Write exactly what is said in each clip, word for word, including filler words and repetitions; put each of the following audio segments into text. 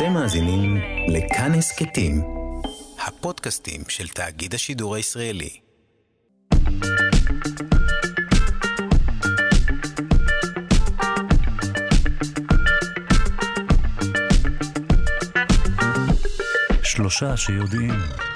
אתם מאזינים לכאן הסכתים, הפודקאסטים של תאגיד השידור הישראלי. שלושה שיודעים.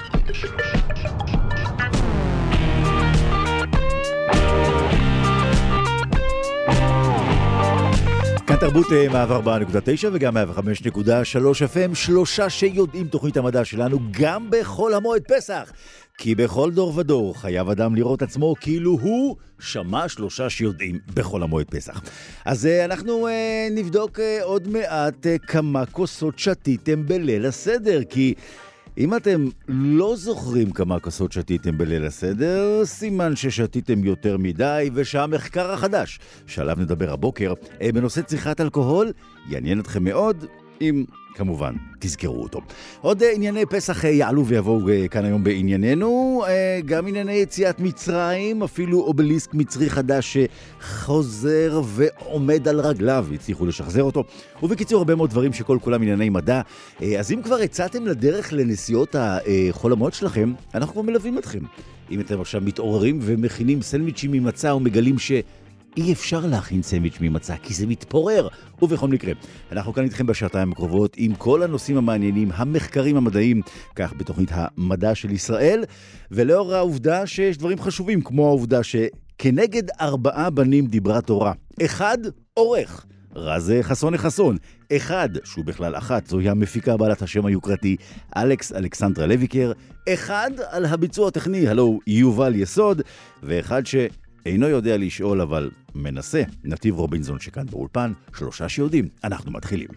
כאן תרבות מאה ארבע נקודה תשע וגם מאה וחמש נקודה שלוש אף אם, שלושה שיודעים תוכנית המדע שלנו גם בכל המועד פסח. כי בכל דור ודור חייב אדם לראות עצמו כאילו הוא שמע שלושה שיודעים בכל המועד פסח. אז אנחנו אה, נבדוק אה, עוד מעט אה, כמה כוסות שתיתם בליל הסדר, כי אם אתם לא זוכרים כמה כוסות שתיתם בליל הסדר, סימן ששתיתם יותר מדי, ושהמחקר החדש שעליו נדבר הבוקר בנושא צריכת אלכוהול יעניין אתכם מאוד, אם כמובן תזכרו אותו. עוד ענייני פסח יעלו ויבואו כאן היום בענייננו, גם ענייני יציאת מצרים, אפילו אובליסק מצרי חדש שחוזר ועומד על רגליו, הצליחו לשחזר אותו, ובקיצור הרבה מאוד דברים שכל כולם ענייני מדע. אז אם כבר הצעתם לדרך לנסיעות החול המועד שלכם, אנחנו כבר מלווים אתכם. אם אתם עכשיו מתעוררים ומכינים סנדוויצ'ים ממצה ומגלים ש... אי אפשר להכין סנדוויץ' ממצה, כי זה מתפורר. ובכל מקרה, אנחנו כאן איתכם בשעתיים הקרובות עם כל הנושאים המעניינים, המחקרים המדעיים, כך בתוכנית המדע של ישראל, ולאור העובדה שיש דברים חשובים, כמו העובדה שכנגד ארבעה בנים דיברה תורה. אחד, עורך. רז חסון חסון. אחד, שהוא בכלל אחת, זוהי המפיקה בעלת השם היוקרתי, אלכס אלכסנדרה לויקר. אחד, על הביצוע הטכני, הלו יובל יסוד. ואחד ש... אינו יודע לשאול, אבל מנסה. נתיב רובינזון שכאן באולפן, שלושה שיודעים. אנחנו מתחילים.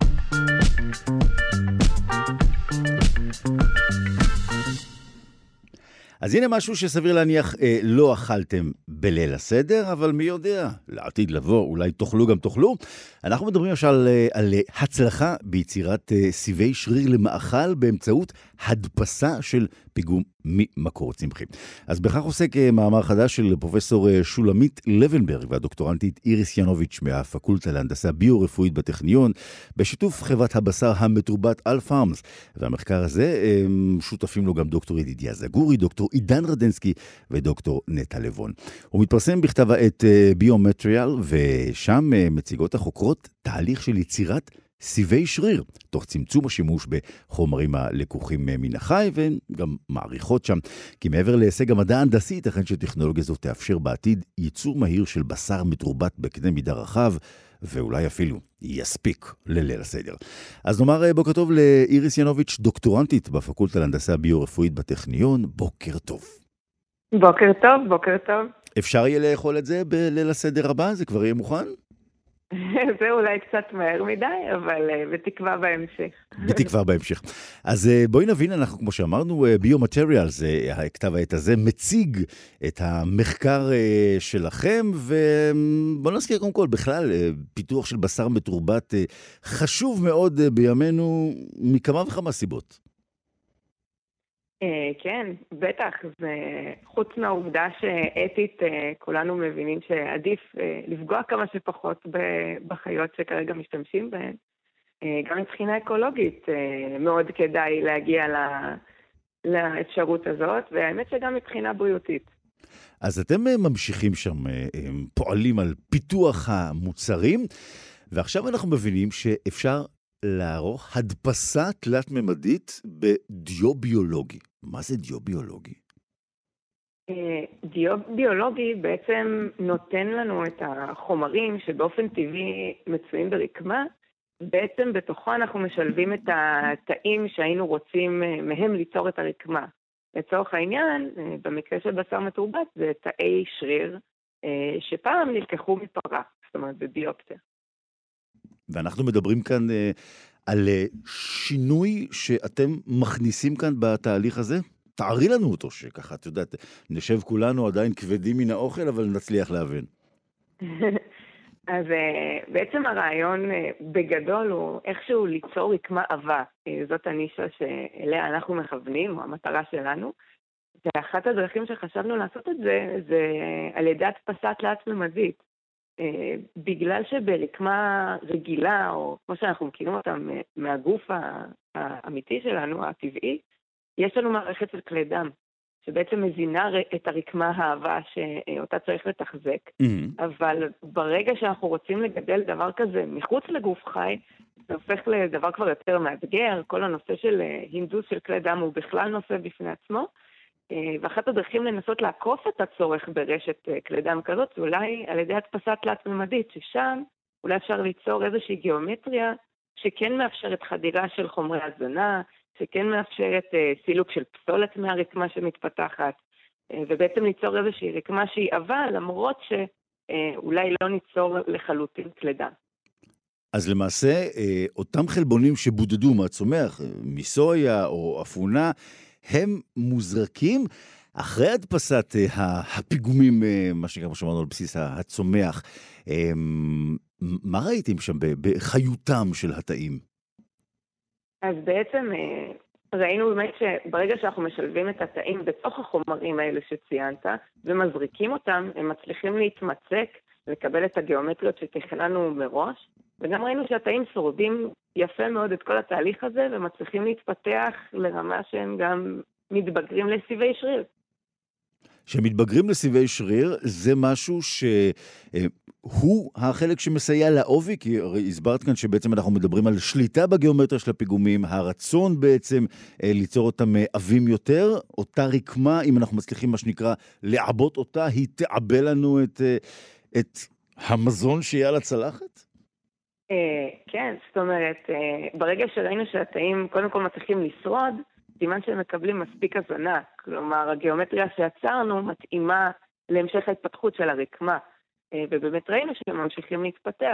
אז הנה משהו שסביר להניח אה, לא אכלתם בליל הסדר, אבל מי יודע, לעתיד לבוא, אולי תאכלו גם תאכלו. אנחנו מדברים עכשיו על, על הצלחה ביצירת אה, סיבי שריר למאכל באמצעות הדפסה של פיגום ממקור צמחי. אז בכך עוסק אה, מאמר חדש של פרופסור אה, שולמית לבנברג והדוקטורנטית איריס ינוביץ' מהפקולטה להנדסה ביו-רפואית בטכניון, בשיתוף חברת הבשר המתורבת אל פארמס. והמחקר הזה אה, שותפים לו גם דוקטור ידידיה זגורי, דוקטור עידן רדנסקי ודוקטור נטע לבון. הוא מתפרסם בכתב העת ביומטריאל, ושם מציגות החוקרות תהליך של יצירת סיבי שריר, תוך צמצום השימוש בחומרים הלקוחים מן החי, וגם מעריכות שם, כי מעבר להישג המדע ההנדסי, ייתכן שטכנולוגיה זו תאפשר בעתיד ייצור מהיר של בשר מתורבת בקנה מידה רחב, ואולי אפילו יספיק לליל הסדר. אז נאמר בוקר טוב לאיריס ינוביץ', דוקטורנטית בפקולטה להנדסה ביו-רפואית בטכניון. בוקר טוב. בוקר טוב, בוקר טוב. אפשר יהיה לאכול את זה בליל הסדר הבא? זה כבר יהיה מוכן? זה אולי קצת מהר מדי, אבל בתקווה בהמשך. בתקווה בהמשך. אז בואי נבין, אנחנו כמו שאמרנו, ביומטריאל, זה הכתב העת הזה, מציג את המחקר שלכם, ובואו נזכיר קודם כל, בכלל, פיתוח של בשר מתורבת חשוב מאוד בימינו, מכמה וכמה סיבות. כן, בטח. זה חוץ מהעובדה שאתית כולנו מבינים שעדיף לפגוע כמה שפחות בחיות שכרגע משתמשים בהן. גם מבחינה אקולוגית מאוד כדאי להגיע לאפשרות הזאת, והאמת שגם מבחינה בריאותית. אז אתם ממשיכים שם, פועלים על פיתוח המוצרים, ועכשיו אנחנו מבינים שאפשר לערוך הדפסה תלת-ממדית בדיו ביולוגי. מה זה דיו ביולוגי? דיו ביולוגי בעצם נותן לנו את החומרים שבאופן טבעי מצויים ברקמה, בעצם בתוכו אנחנו משלבים את התאים שהיינו רוצים מהם ליצור את הרקמה. לצורך העניין, במקרה של בשר מתורבת, זה תאי שריר שפעם נלקחו מפרה, זאת אומרת בביופסיה. ואנחנו מדברים כאן אה, על אה, שינוי שאתם מכניסים כאן בתהליך הזה? תארי לנו אותו, שככה, את יודעת, נשב כולנו עדיין כבדים מן האוכל, אבל נצליח להבין. אז אה, בעצם הרעיון אה, בגדול הוא איכשהו ליצור רקמה עבה. אה, זאת הנישה שאליה אנחנו מכוונים, או המטרה שלנו. ואחת הדרכים שחשבנו לעשות את זה, זה על ידי הדפסה תלת-ממדית. בגלל שברקמה רגילה, או כמו שאנחנו מכירים אותם מהגוף האמיתי שלנו, הטבעי, יש לנו מערכת של כלי דם, שבעצם מזינה את הרקמה האהבה שאותה צריך לתחזק, mm-hmm. אבל ברגע שאנחנו רוצים לגדל דבר כזה מחוץ לגוף חי, זה הופך לדבר כבר יותר מאתגר. כל הנושא של הינדוס של כלי דם הוא בכלל נושא בפני עצמו, ואחת הדרכים לנסות לעקוף את הצורך ברשת כלי דם כזאת, זה אולי על ידי הדפסה תלת-ממדית, ששם אולי אפשר ליצור איזושהי גיאומטריה שכן מאפשרת חדירה של חומרי הזנה, שכן מאפשרת סילוק של פסולת מהרקמה שמתפתחת, ובעצם ליצור איזושהי רקמה שהיא עבה, למרות שאולי לא ניצור לחלוטין כלי דם. אז למעשה, אותם חלבונים שבודדו מהצומח, מסויה או אפונה, הם מוזרקים אחרי הדפסת הפיגומים, מה שנקרא, כמו שאמרנו, על בסיס הצומח. מה ראיתם שם בחיותם של התאים? אז בעצם ראינו באמת שברגע שאנחנו משלבים את התאים בתוך החומרים האלה שציינת, ומזריקים אותם, הם מצליחים להתמצק, לקבל את הגיאומטריות שתכננו מראש, וגם ראינו שהתאים שורדים יפה מאוד את כל התהליך הזה, ומצליחים להתפתח לרמה שהם גם מתבגרים לסיבי שריר. שמתבגרים לסיבי שריר, זה משהו שהוא החלק שמסייע לעובי, כי הרי הסברת כאן שבעצם אנחנו מדברים על שליטה בגיאומטריה של הפיגומים, הרצון בעצם ליצור אותם עבים יותר, אותה רקמה, אם אנחנו מצליחים מה שנקרא לעבות אותה, היא תעבה לנו את, את המזון שיהיה על הצלחת? כן, זאת אומרת, ברגע שראינו שהתאים קודם כל מצליחים לשרוד, סימן שהם מקבלים מספיק הזנה. כלומר, הגיאומטריה שיצרנו מתאימה להמשך ההתפתחות של הרקמה, ובאמת ראינו שהם ממשיכים להתפתח.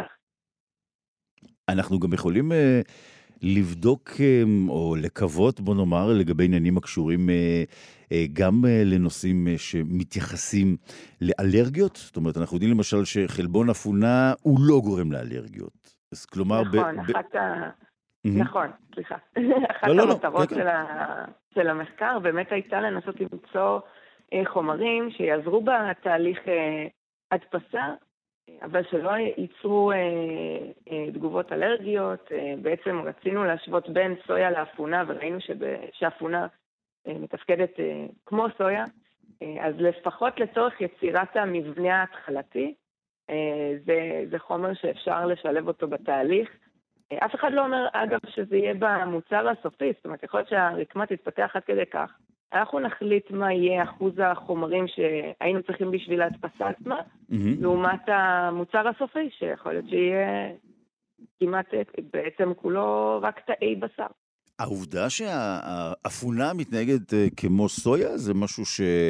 אנחנו גם יכולים לבדוק או לקוות, בוא נאמר, לגבי עניינים הקשורים גם לנושאים שמתייחסים לאלרגיות. זאת אומרת, אנחנו יודעים למשל שחלבון אפונה הוא לא גורם לאלרגיות. אז כלומר... נכון, ב- אחת ב- ה... נכון, סליחה. אחת המטרות של המחקר באמת הייתה לנסות למצוא חומרים שיעזרו בתהליך הדפסה, אבל שלא ייצרו תגובות אלרגיות. בעצם רצינו להשוות בין סויה לאפונה, וראינו שהאפונה מתפקדת כמו סויה, אז לפחות לצורך יצירת המבנה ההתחלתי, זה, זה חומר שאפשר לשלב אותו בתהליך. אף אחד לא אומר, אגב, שזה יהיה במוצר הסופי, זאת אומרת, יכול להיות שהרקמה תתפתח עד כדי כך. אנחנו נחליט מה יהיה אחוז החומרים שהיינו צריכים בשביל ההדפסה עצמה, mm-hmm. לעומת המוצר הסופי, שיכול להיות שיהיה כמעט בעצם כולו רק תאי בשר. העובדה שהאפונה מתנהגת כמו סויה, זה משהו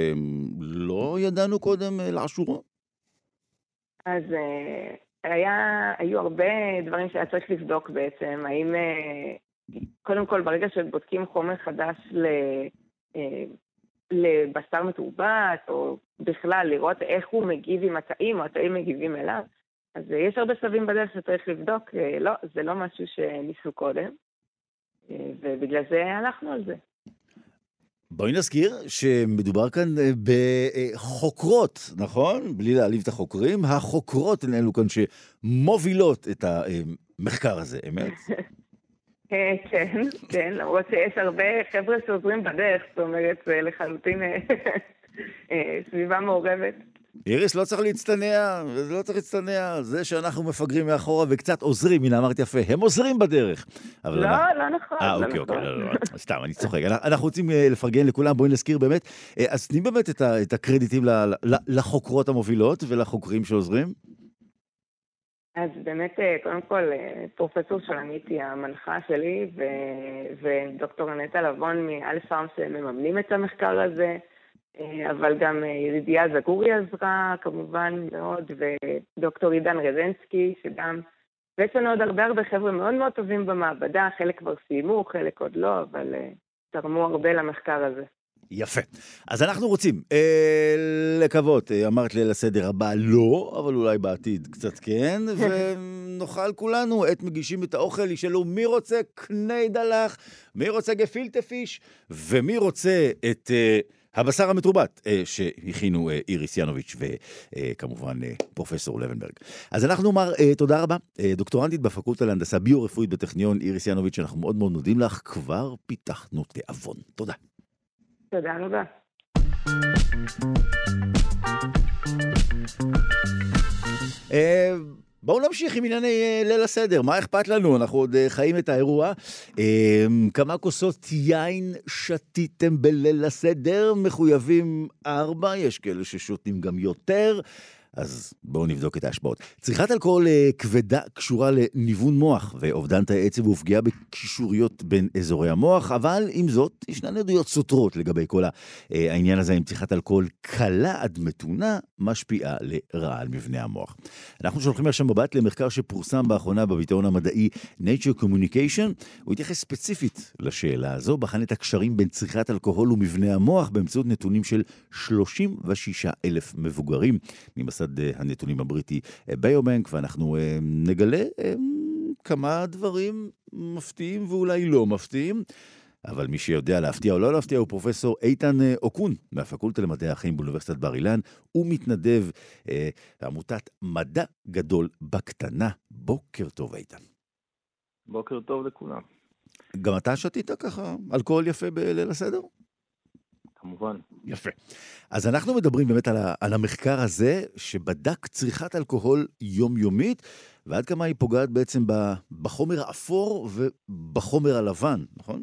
שלא ידענו קודם לאשורו? אז... היה, היו הרבה דברים שהיה צריך לבדוק בעצם, האם, קודם כל, ברגע שבודקים חומר חדש לבשר מתורבת, או בכלל לראות איך הוא מגיב עם התאים, או התאים מגיבים אליו, אז יש הרבה סבים בדרך שצריך לבדוק, לא, זה לא משהו שניסו קודם, ובגלל זה הלכנו על זה. בואי נזכיר שמדובר כאן בחוקרות, נכון? בלי להעליב את החוקרים, החוקרות הן אלו כאן שמובילות את המחקר הזה, אמת? כן, כן, למרות שיש הרבה חבר'ה שעוזרים בדרך, זאת אומרת, זה לחלוטין סביבה מעורבת. איריס, לא צריך להצטנע, לא צריך להצטנע, זה שאנחנו מפגרים מאחורה וקצת עוזרים, הנה אמרתי יפה, הם עוזרים בדרך. לא, לא נכון. אה, אוקיי, אוקיי, לא, לא, סתם, אני צוחק. אנחנו רוצים לפרגן לכולם, בואי נזכיר באמת, אז תני באמת את הקרדיטים לחוקרות המובילות ולחוקרים שעוזרים. אז באמת, קודם כל, פרופסור שולמית היא המנחה שלי, ודוקטור נטע לבון מאלף פארם שמממנים את המחקר הזה, אבל גם ידידיה זגורי עזרה כמובן מאוד, ודוקטור עידן רזנסקי, שגם, ויש לנו עוד הרבה הרבה חבר'ה מאוד מאוד טובים במעבדה, חלק כבר סיימו, חלק עוד לא, אבל תרמו הרבה למחקר הזה. יפה. אז אנחנו רוצים אה, לקוות, אה, אמרת ליל הסדר הבא לא, אבל אולי בעתיד קצת כן, ונאכל כולנו, עת מגישים את האוכל, ישאלו מי רוצה קני דלח, מי רוצה גפילטה פיש, ומי רוצה את... אה, הבשר המתורבת שהכינו איריס ינוביץ' וכמובן פרופסור לבנברג. אז אנחנו נאמר תודה רבה, דוקטורנטית בפקולטה להנדסה ביו-רפואית בטכניון, איריס ינוביץ', אנחנו מאוד מאוד נודים לך, כבר פיתחנו תיאבון. תודה. תודה רבה. בואו נמשיך עם ענייני ליל הסדר, מה אכפת לנו? אנחנו עוד חיים את האירוע. כמה כוסות יין שתיתם בליל הסדר? מחויבים ארבע, יש כאלה ששותים גם יותר, אז בואו נבדוק את ההשפעות. צריכת אלכוהול כבדה קשורה לניוון מוח ואובדן תאי עצב ופגיעה בקישוריות בין אזורי המוח, אבל עם זאת ישנן עדויות סותרות לגבי כל העניין הזה, אם צריכת אלכוהול קלה עד מתונה משפיעה לרעה על מבנה המוח. אנחנו שולחים לשם מבט למחקר שפורסם באחרונה בביטאון המדעי Nature Communication. הוא התייחס ספציפית לשאלה הזו, בחן את הקשרים בין צריכת אלכוהול ומבנה המוח באמצעות נתונים של שלושים ושישה אלף מבוגרים ממסד הנתונים הבריטי ביומנק, ואנחנו נגלה כמה דברים מפתיעים ואולי לא מפתיעים, אבל מי שיודע להפתיע או לא להפתיע הוא פרופסור איתן אוקון מהפקולטה למדעי החיים באוניברסיטת בר אילן. הוא מתנדב אה, בעמותת מדע גדול בקטנה. בוקר טוב איתן. בוקר טוב לכולם. גם אתה שתית ככה אלכוהול יפה בליל הסדר? כמובן. יפה. אז אנחנו מדברים באמת על, ה, על המחקר הזה שבדק צריכת אלכוהול יומיומית, ועד כמה היא פוגעת בעצם בחומר האפור ובחומר הלבן, נכון?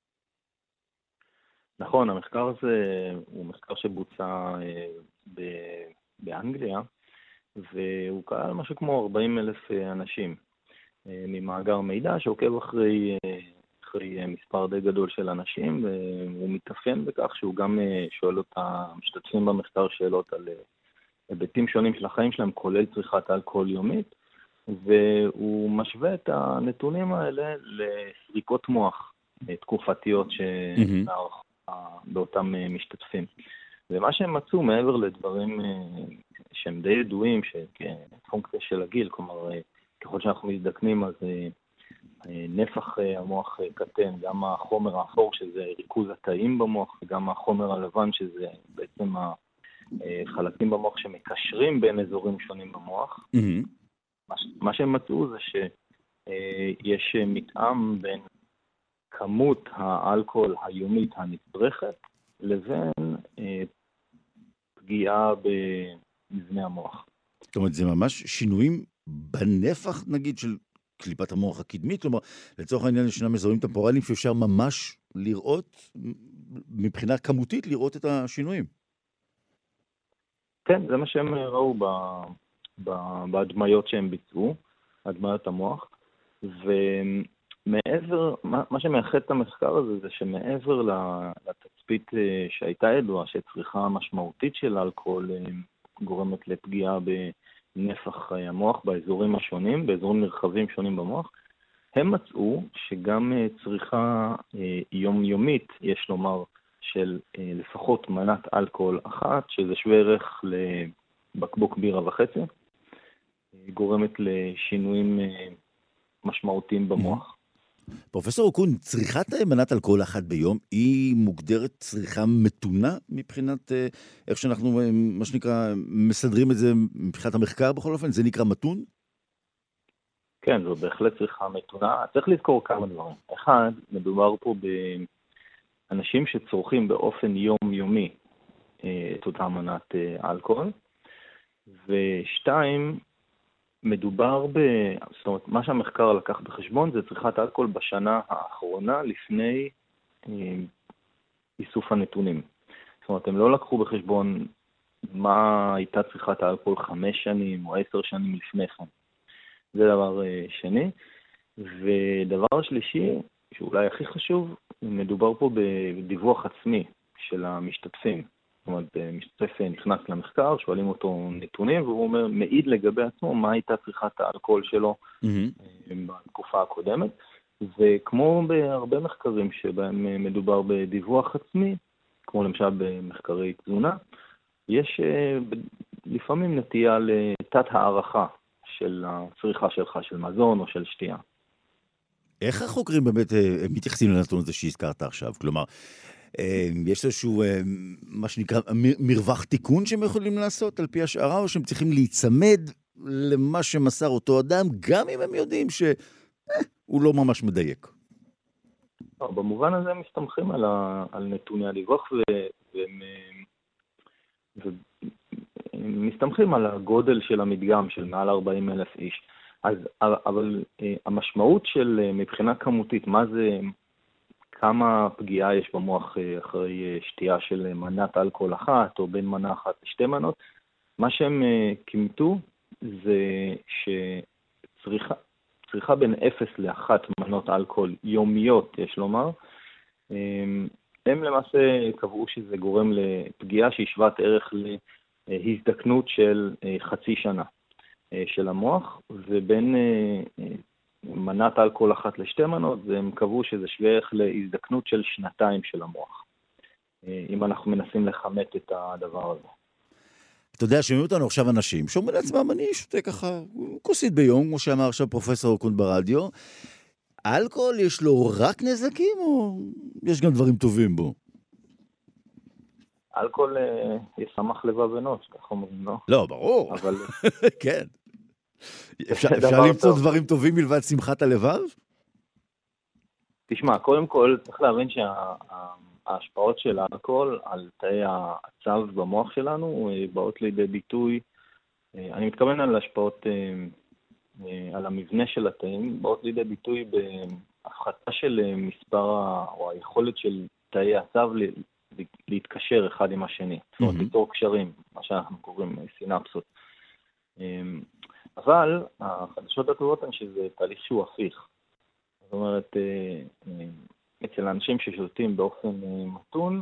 נכון, המחקר הזה הוא מחקר שבוצע ב- באנגליה, והוא כלל משהו כמו ארבעים אלף אנשים ממאגר מידע שעוקב אחרי, אחרי מספר די גדול של אנשים, והוא מתאפיין בכך שהוא גם שואל את המשתתפים במחקר שאלות על היבטים שונים של החיים שלהם, כולל צריכת אלכוהול יומית, והוא משווה את הנתונים האלה לסריקות מוח תקופתיות שנערכו באותם משתתפים. ומה שהם מצאו מעבר לדברים שהם די ידועים, שפונקציה של הגיל, כלומר, ככל שאנחנו מזדקנים, אז נפח המוח קטן, גם החומר האפור, שזה ריכוז התאים במוח, וגם החומר הלבן, שזה בעצם החלקים במוח שמקשרים בין אזורים שונים במוח. מה שהם מצאו זה שיש מתאם בין כמות האלכוהול היומית הנצרכת לבין אה, פגיעה במבנה המוח. זאת אומרת, זה ממש שינויים בנפח, נגיד, של קליפת המוח הקדמית? כלומר, לצורך העניין ישנם אזורים טמפורליים שאפשר ממש לראות, מבחינה כמותית, לראות את השינויים. כן, זה מה שהם ראו ב, ב, בהדמיות שהם ביצעו, הדמיות המוח, ו... מעבר, מה, מה שמייחד את המחקר הזה זה שמעבר לתצפית שהייתה ידועה, שצריכה משמעותית של אלכוהול גורמת לפגיעה בנפח המוח באזורים השונים, באזורים נרחבים שונים במוח, הם מצאו שגם צריכה יומיומית, יש לומר, של לפחות מנת אלכוהול אחת, שזה שווה ערך לבקבוק בירה וחצי, גורמת לשינויים משמעותיים במוח. פרופסור אוקון, צריכת מנת אלכוהול אחת ביום היא מוגדרת צריכה מתונה מבחינת איך שאנחנו, מה שנקרא, מסדרים את זה מבחינת המחקר בכל אופן? זה נקרא מתון? כן, זו בהחלט צריכה מתונה. צריך לזכור כמה דברים. אחד, מדובר פה באנשים שצורכים באופן יומיומי את אותה מנת אלכוהול, ושתיים, מדובר ב... זאת אומרת, מה שהמחקר לקח בחשבון זה צריכת אלכוהול בשנה האחרונה לפני אה, איסוף הנתונים. זאת אומרת, הם לא לקחו בחשבון מה הייתה צריכת האלכוהול חמש שנים או עשר שנים לפני כן. זה דבר אה, שני. ודבר שלישי, שאולי הכי חשוב, מדובר פה בדיווח עצמי של המשתתפים. זאת אומרת, משתתף נכנס למחקר, שואלים אותו נתונים, והוא אומר, מעיד לגבי עצמו מה הייתה צריכת האלכוהול שלו mm-hmm. בתקופה הקודמת. וכמו בהרבה מחקרים שבהם מדובר בדיווח עצמי, כמו למשל במחקרי תזונה, יש לפעמים נטייה לתת הערכה של הצריכה שלך, של מזון או של שתייה. איך החוקרים באמת מתייחסים לנתון הזה שהזכרת עכשיו? כלומר, יש איזשהו, מה שנקרא, מרווח תיקון שהם יכולים לעשות על פי השערה, או שהם צריכים להיצמד למה שמסר אותו אדם, גם אם הם יודעים שהוא לא ממש מדייק? במובן הזה הם מסתמכים על, ה, על נתוני הדיווח, והם, והם מסתמכים על הגודל של המדגם של מעל ארבעים אלף איש. אז, אבל המשמעות של מבחינה כמותית, מה זה, כמה פגיעה יש במוח אחרי שתייה של מנת אלכוהול אחת, או בין מנה אחת לשתי מנות, מה שהם כימתו זה שצריכה, צריכה בין אפס לאחת מנות אלכוהול יומיות, יש לומר, הם למעשה קבעו שזה גורם לפגיעה שהיא שוות ערך להזדקנות של חצי שנה של המוח, ובין מנת אלכוהול אחת לשתי מנות, הם קבעו שזה שווה ערך להזדקנות של שנתיים של המוח, אם אנחנו מנסים לכמת את הדבר הזה. אתה יודע, שומעים אותנו עכשיו אנשים, שאומרים לעצמם, אני שותה ככה כוסית ביום, כמו שאמר עכשיו פרופסור אוקון ברדיו, אלכוהול יש לו רק נזקים, או יש גם דברים טובים בו? אלכוהול ישמח לבב אנוש, ככה אומרים, לא? לא, ברור. אבל... כן. אפשר, אפשר למצוא טוב. דברים טובים מלבד שמחת הלבב? תשמע, קודם כל צריך להבין שההשפעות של האלכוהול על תאי העצב במוח שלנו באות לידי ביטוי, אני מתכוון על השפעות, על המבנה של התאים, באות לידי ביטוי בהפחתה של מספר או היכולת של תאי העצב להתקשר אחד עם השני, זאת אומרת, ליצור קשרים, מה שאנחנו קוראים סינפסות. אבל החדשות הטובות הן שזה תהליך שהוא הפיך. זאת אומרת, אצל האנשים ששולטים באופן מתון,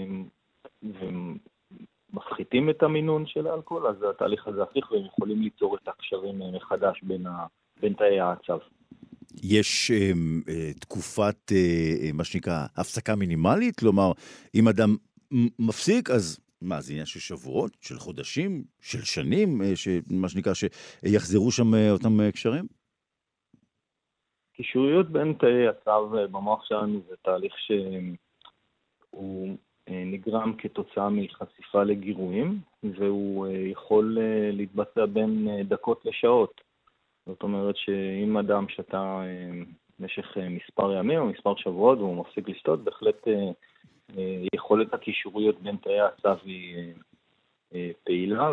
ומפחיתים את המינון של האלכוהול, אז התהליך הזה הפיך, והם יכולים ליצור את הקשרים מחדש בין, ה... בין תאי העצב. יש uh, תקופת, uh, מה שנקרא, הפסקה מינימלית? כלומר, אם אדם מפסיק, אז מה, זה עניין של שבועות, של חודשים, של שנים, מה שנקרא, שיחזרו שם אותם קשרים? קישוריות בין תאי עצב במוח שלנו זה תהליך שהוא נגרם כתוצאה מחשיפה לגירויים, והוא יכול להתבצע בין דקות לשעות. זאת אומרת שאם אדם שתה במשך מספר ימים או מספר שבועות והוא מפסיק לשתות, בהחלט יכולת הקישוריות בין תאי העצב היא פעילה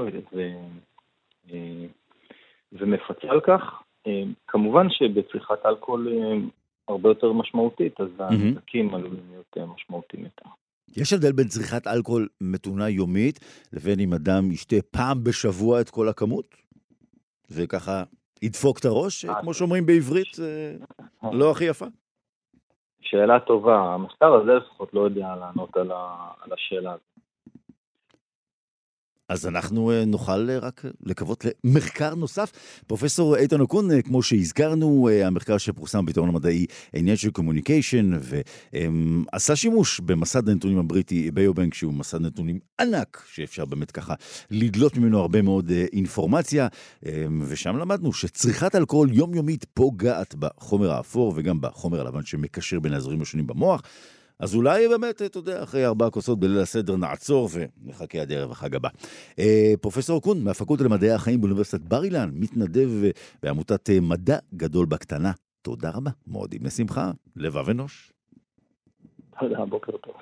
ומפצה על כך. כמובן שבצריכת אלכוהול הרבה יותר משמעותית, אז הנזקים עלולים להיות משמעותיים יותר. יש הבדל בין צריכת אלכוהול מתונה יומית לבין אם אדם ישתה פעם בשבוע את כל הכמות? וככה ידפוק את הראש, כמו שאומרים בעברית, לא הכי יפה? שאלה טובה. המחקר הזה לפחות לא יודע לענות על, ה... על השאלה הזאת. אז אנחנו נוכל רק לקוות למחקר נוסף. פרופסור איתן אוקון, כמו שהזכרנו, המחקר שפורסם בעיתון המדעי עניין של קומוניקיישן, ועשה שימוש במסד הנתונים הבריטי ביובנק, שהוא מסד נתונים ענק, שאפשר באמת ככה לדלות ממנו הרבה מאוד אינפורמציה, ושם למדנו שצריכת אלכוהול יומיומית פוגעת בחומר האפור, וגם בחומר הלבן שמקשר בין האזורים השונים במוח. אז אולי באמת, אתה יודע, אחרי ארבעה כוסות בליל הסדר נעצור ונחכה עד ערב החג הבא. פרופסור אוקון, מהפקולטה למדעי החיים באוניברסיטת בר אילן, מתנדב בעמותת מדע גדול בקטנה. תודה רבה, מועדים לשמחה, לבב אנוש. תודה, בוקר טוב.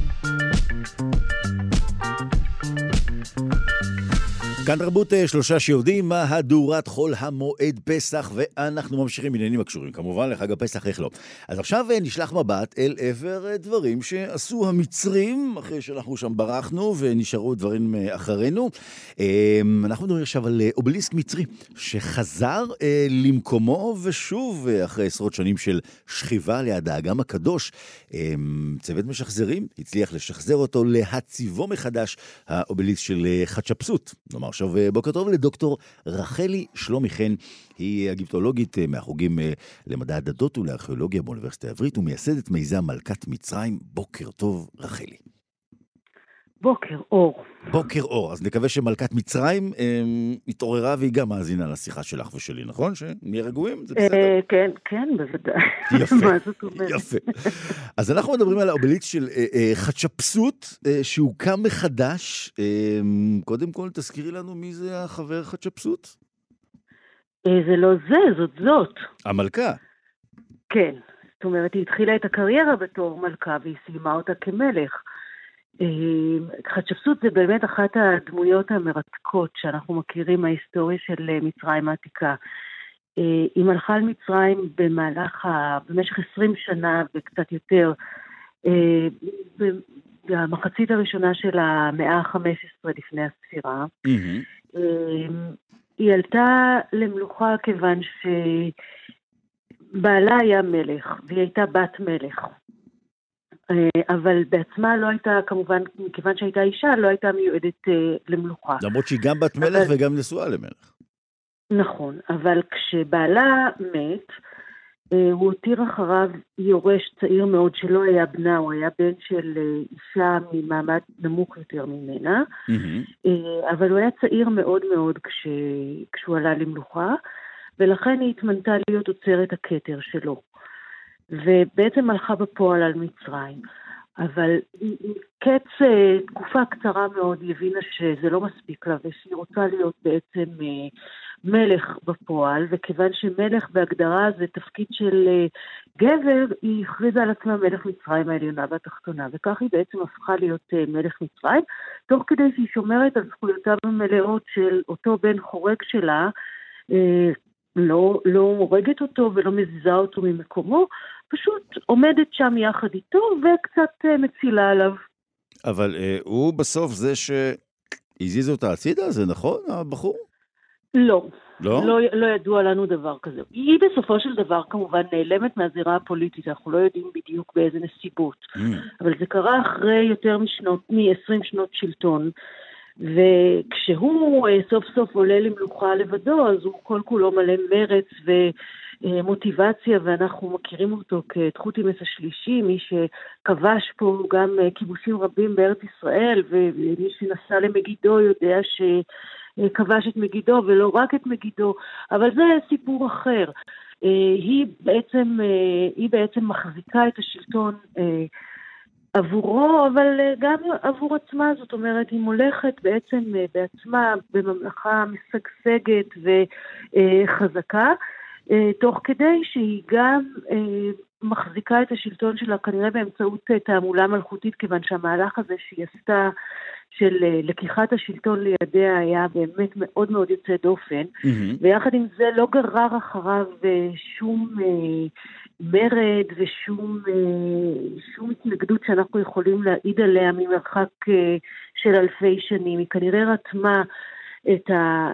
כאן תרבות שלושה שיודעים, מהדורת חול המועד פסח, ואנחנו ממשיכים עניינים הקשורים, כמובן לחג הפסח, איך לא. אז עכשיו נשלח מבט אל עבר דברים שעשו המצרים, אחרי שאנחנו שם ברחנו ונשארו דברים אחרינו. אנחנו מדברים עכשיו על אובליסק מצרי, שחזר למקומו, ושוב, אחרי עשרות שנים של שכיבה ליד האגם הקדוש, צוות משחזרים הצליח לשחזר אותו, להציבו מחדש, האובליסק של חתשפסות. נאמר עכשיו בוקר טוב לדוקטור רחלי שלומי חן, היא אגיפטולוגית מהחוגים למדע הדתות ולארכיאולוגיה באוניברסיטה העברית, ומייסדת מיזם מלכת מצרים. בוקר טוב רחלי. בוקר אור. בוקר אור, אז נקווה שמלכת מצרים אה, התעוררה והיא גם מאזינה לשיחה שלך ושלי, נכון? שנהיה רגועים? זה בסדר? אה, כן, כן, בוודאי. יפה, מה זאת אומרת? יפה. אז אנחנו מדברים על האובליסק של אה, אה, חדשפסות, אה, שהוקם מחדש. אה, קודם כל, תזכירי לנו מי זה החבר חדשפסות? אה, זה לא זה, זאת זאת. המלכה. כן, זאת אומרת, היא התחילה את הקריירה בתור מלכה, והיא סיימה אותה כמלך. חדשפסות זה באמת אחת הדמויות המרתקות שאנחנו מכירים מההיסטוריה של מצרים העתיקה. היא מלכה על מצרים במהלך, במשך עשרים שנה וקצת יותר, במחצית הראשונה של המאה ה-חמש עשרה לפני הספירה. Mm-hmm. היא עלתה למלוכה כיוון שבעלה היה מלך, והיא הייתה בת מלך. אבל בעצמה לא הייתה, כמובן, מכיוון שהייתה אישה, לא הייתה מיועדת למלוכה. למרות שהיא גם בת מלך אבל... וגם נשואה למלך. נכון, אבל כשבעלה מת, הוא הותיר אחריו יורש צעיר מאוד שלא היה בנה, הוא היה בן של אישה ממעמד נמוך יותר ממנה, mm-hmm. אבל הוא היה צעיר מאוד מאוד כש... כשהוא עלה למלוכה, ולכן היא התמנתה להיות עוצרת הכתר שלו. ובעצם הלכה בפועל על מצרים. אבל קץ תקופה קצרה מאוד היא הבינה שזה לא מספיק לה, ושהיא רוצה להיות בעצם מלך בפועל, וכיוון שמלך בהגדרה זה תפקיד של גבר, היא הכריזה על עצמה מלך מצרים העליונה והתחתונה, וכך היא בעצם הפכה להיות מלך מצרים, תוך כדי שהיא שומרת על זכויותיו המלאות של אותו בן חורג שלה, לא, לא הורגת אותו ולא מזיזה אותו ממקומו, פשוט עומדת שם יחד איתו וקצת מצילה עליו. אבל אה, הוא בסוף זה שהזיז אותה הצידה, זה נכון, הבחור? לא. לא? לא, לא ידוע לנו דבר כזה. היא בסופו של דבר כמובן נעלמת מהזירה הפוליטית, אנחנו לא יודעים בדיוק באיזה נסיבות. Mm. אבל זה קרה אחרי יותר משנות, מ-עשרים שנות שלטון, וכשהוא סוף סוף עולה למלוכה לבדו, אז הוא כל כולו מלא מרץ ומוטיבציה, ואנחנו מכירים אותו כתחותימס השלישי, מי שכבש פה גם כיבושים רבים בארץ ישראל, ומי שנסע למגידו יודע שכבש את מגידו ולא רק את מגידו, אבל זה סיפור אחר. היא בעצם, היא בעצם מחזיקה את השלטון עבורו, אבל גם עבור עצמה, זאת אומרת, היא מולכת בעצם בעצמה בממלכה משגשגת וחזקה, תוך כדי שהיא גם מחזיקה את השלטון שלה כנראה באמצעות תעמולה מלכותית, כיוון שהמהלך הזה שהיא עשתה של לקיחת השלטון לידיה היה באמת מאוד מאוד יוצא דופן, mm-hmm. ויחד עם זה לא גרר אחריו שום מרד ושום שום התנגדות שאנחנו יכולים להעיד עליה ממרחק של אלפי שנים. היא כנראה רתמה את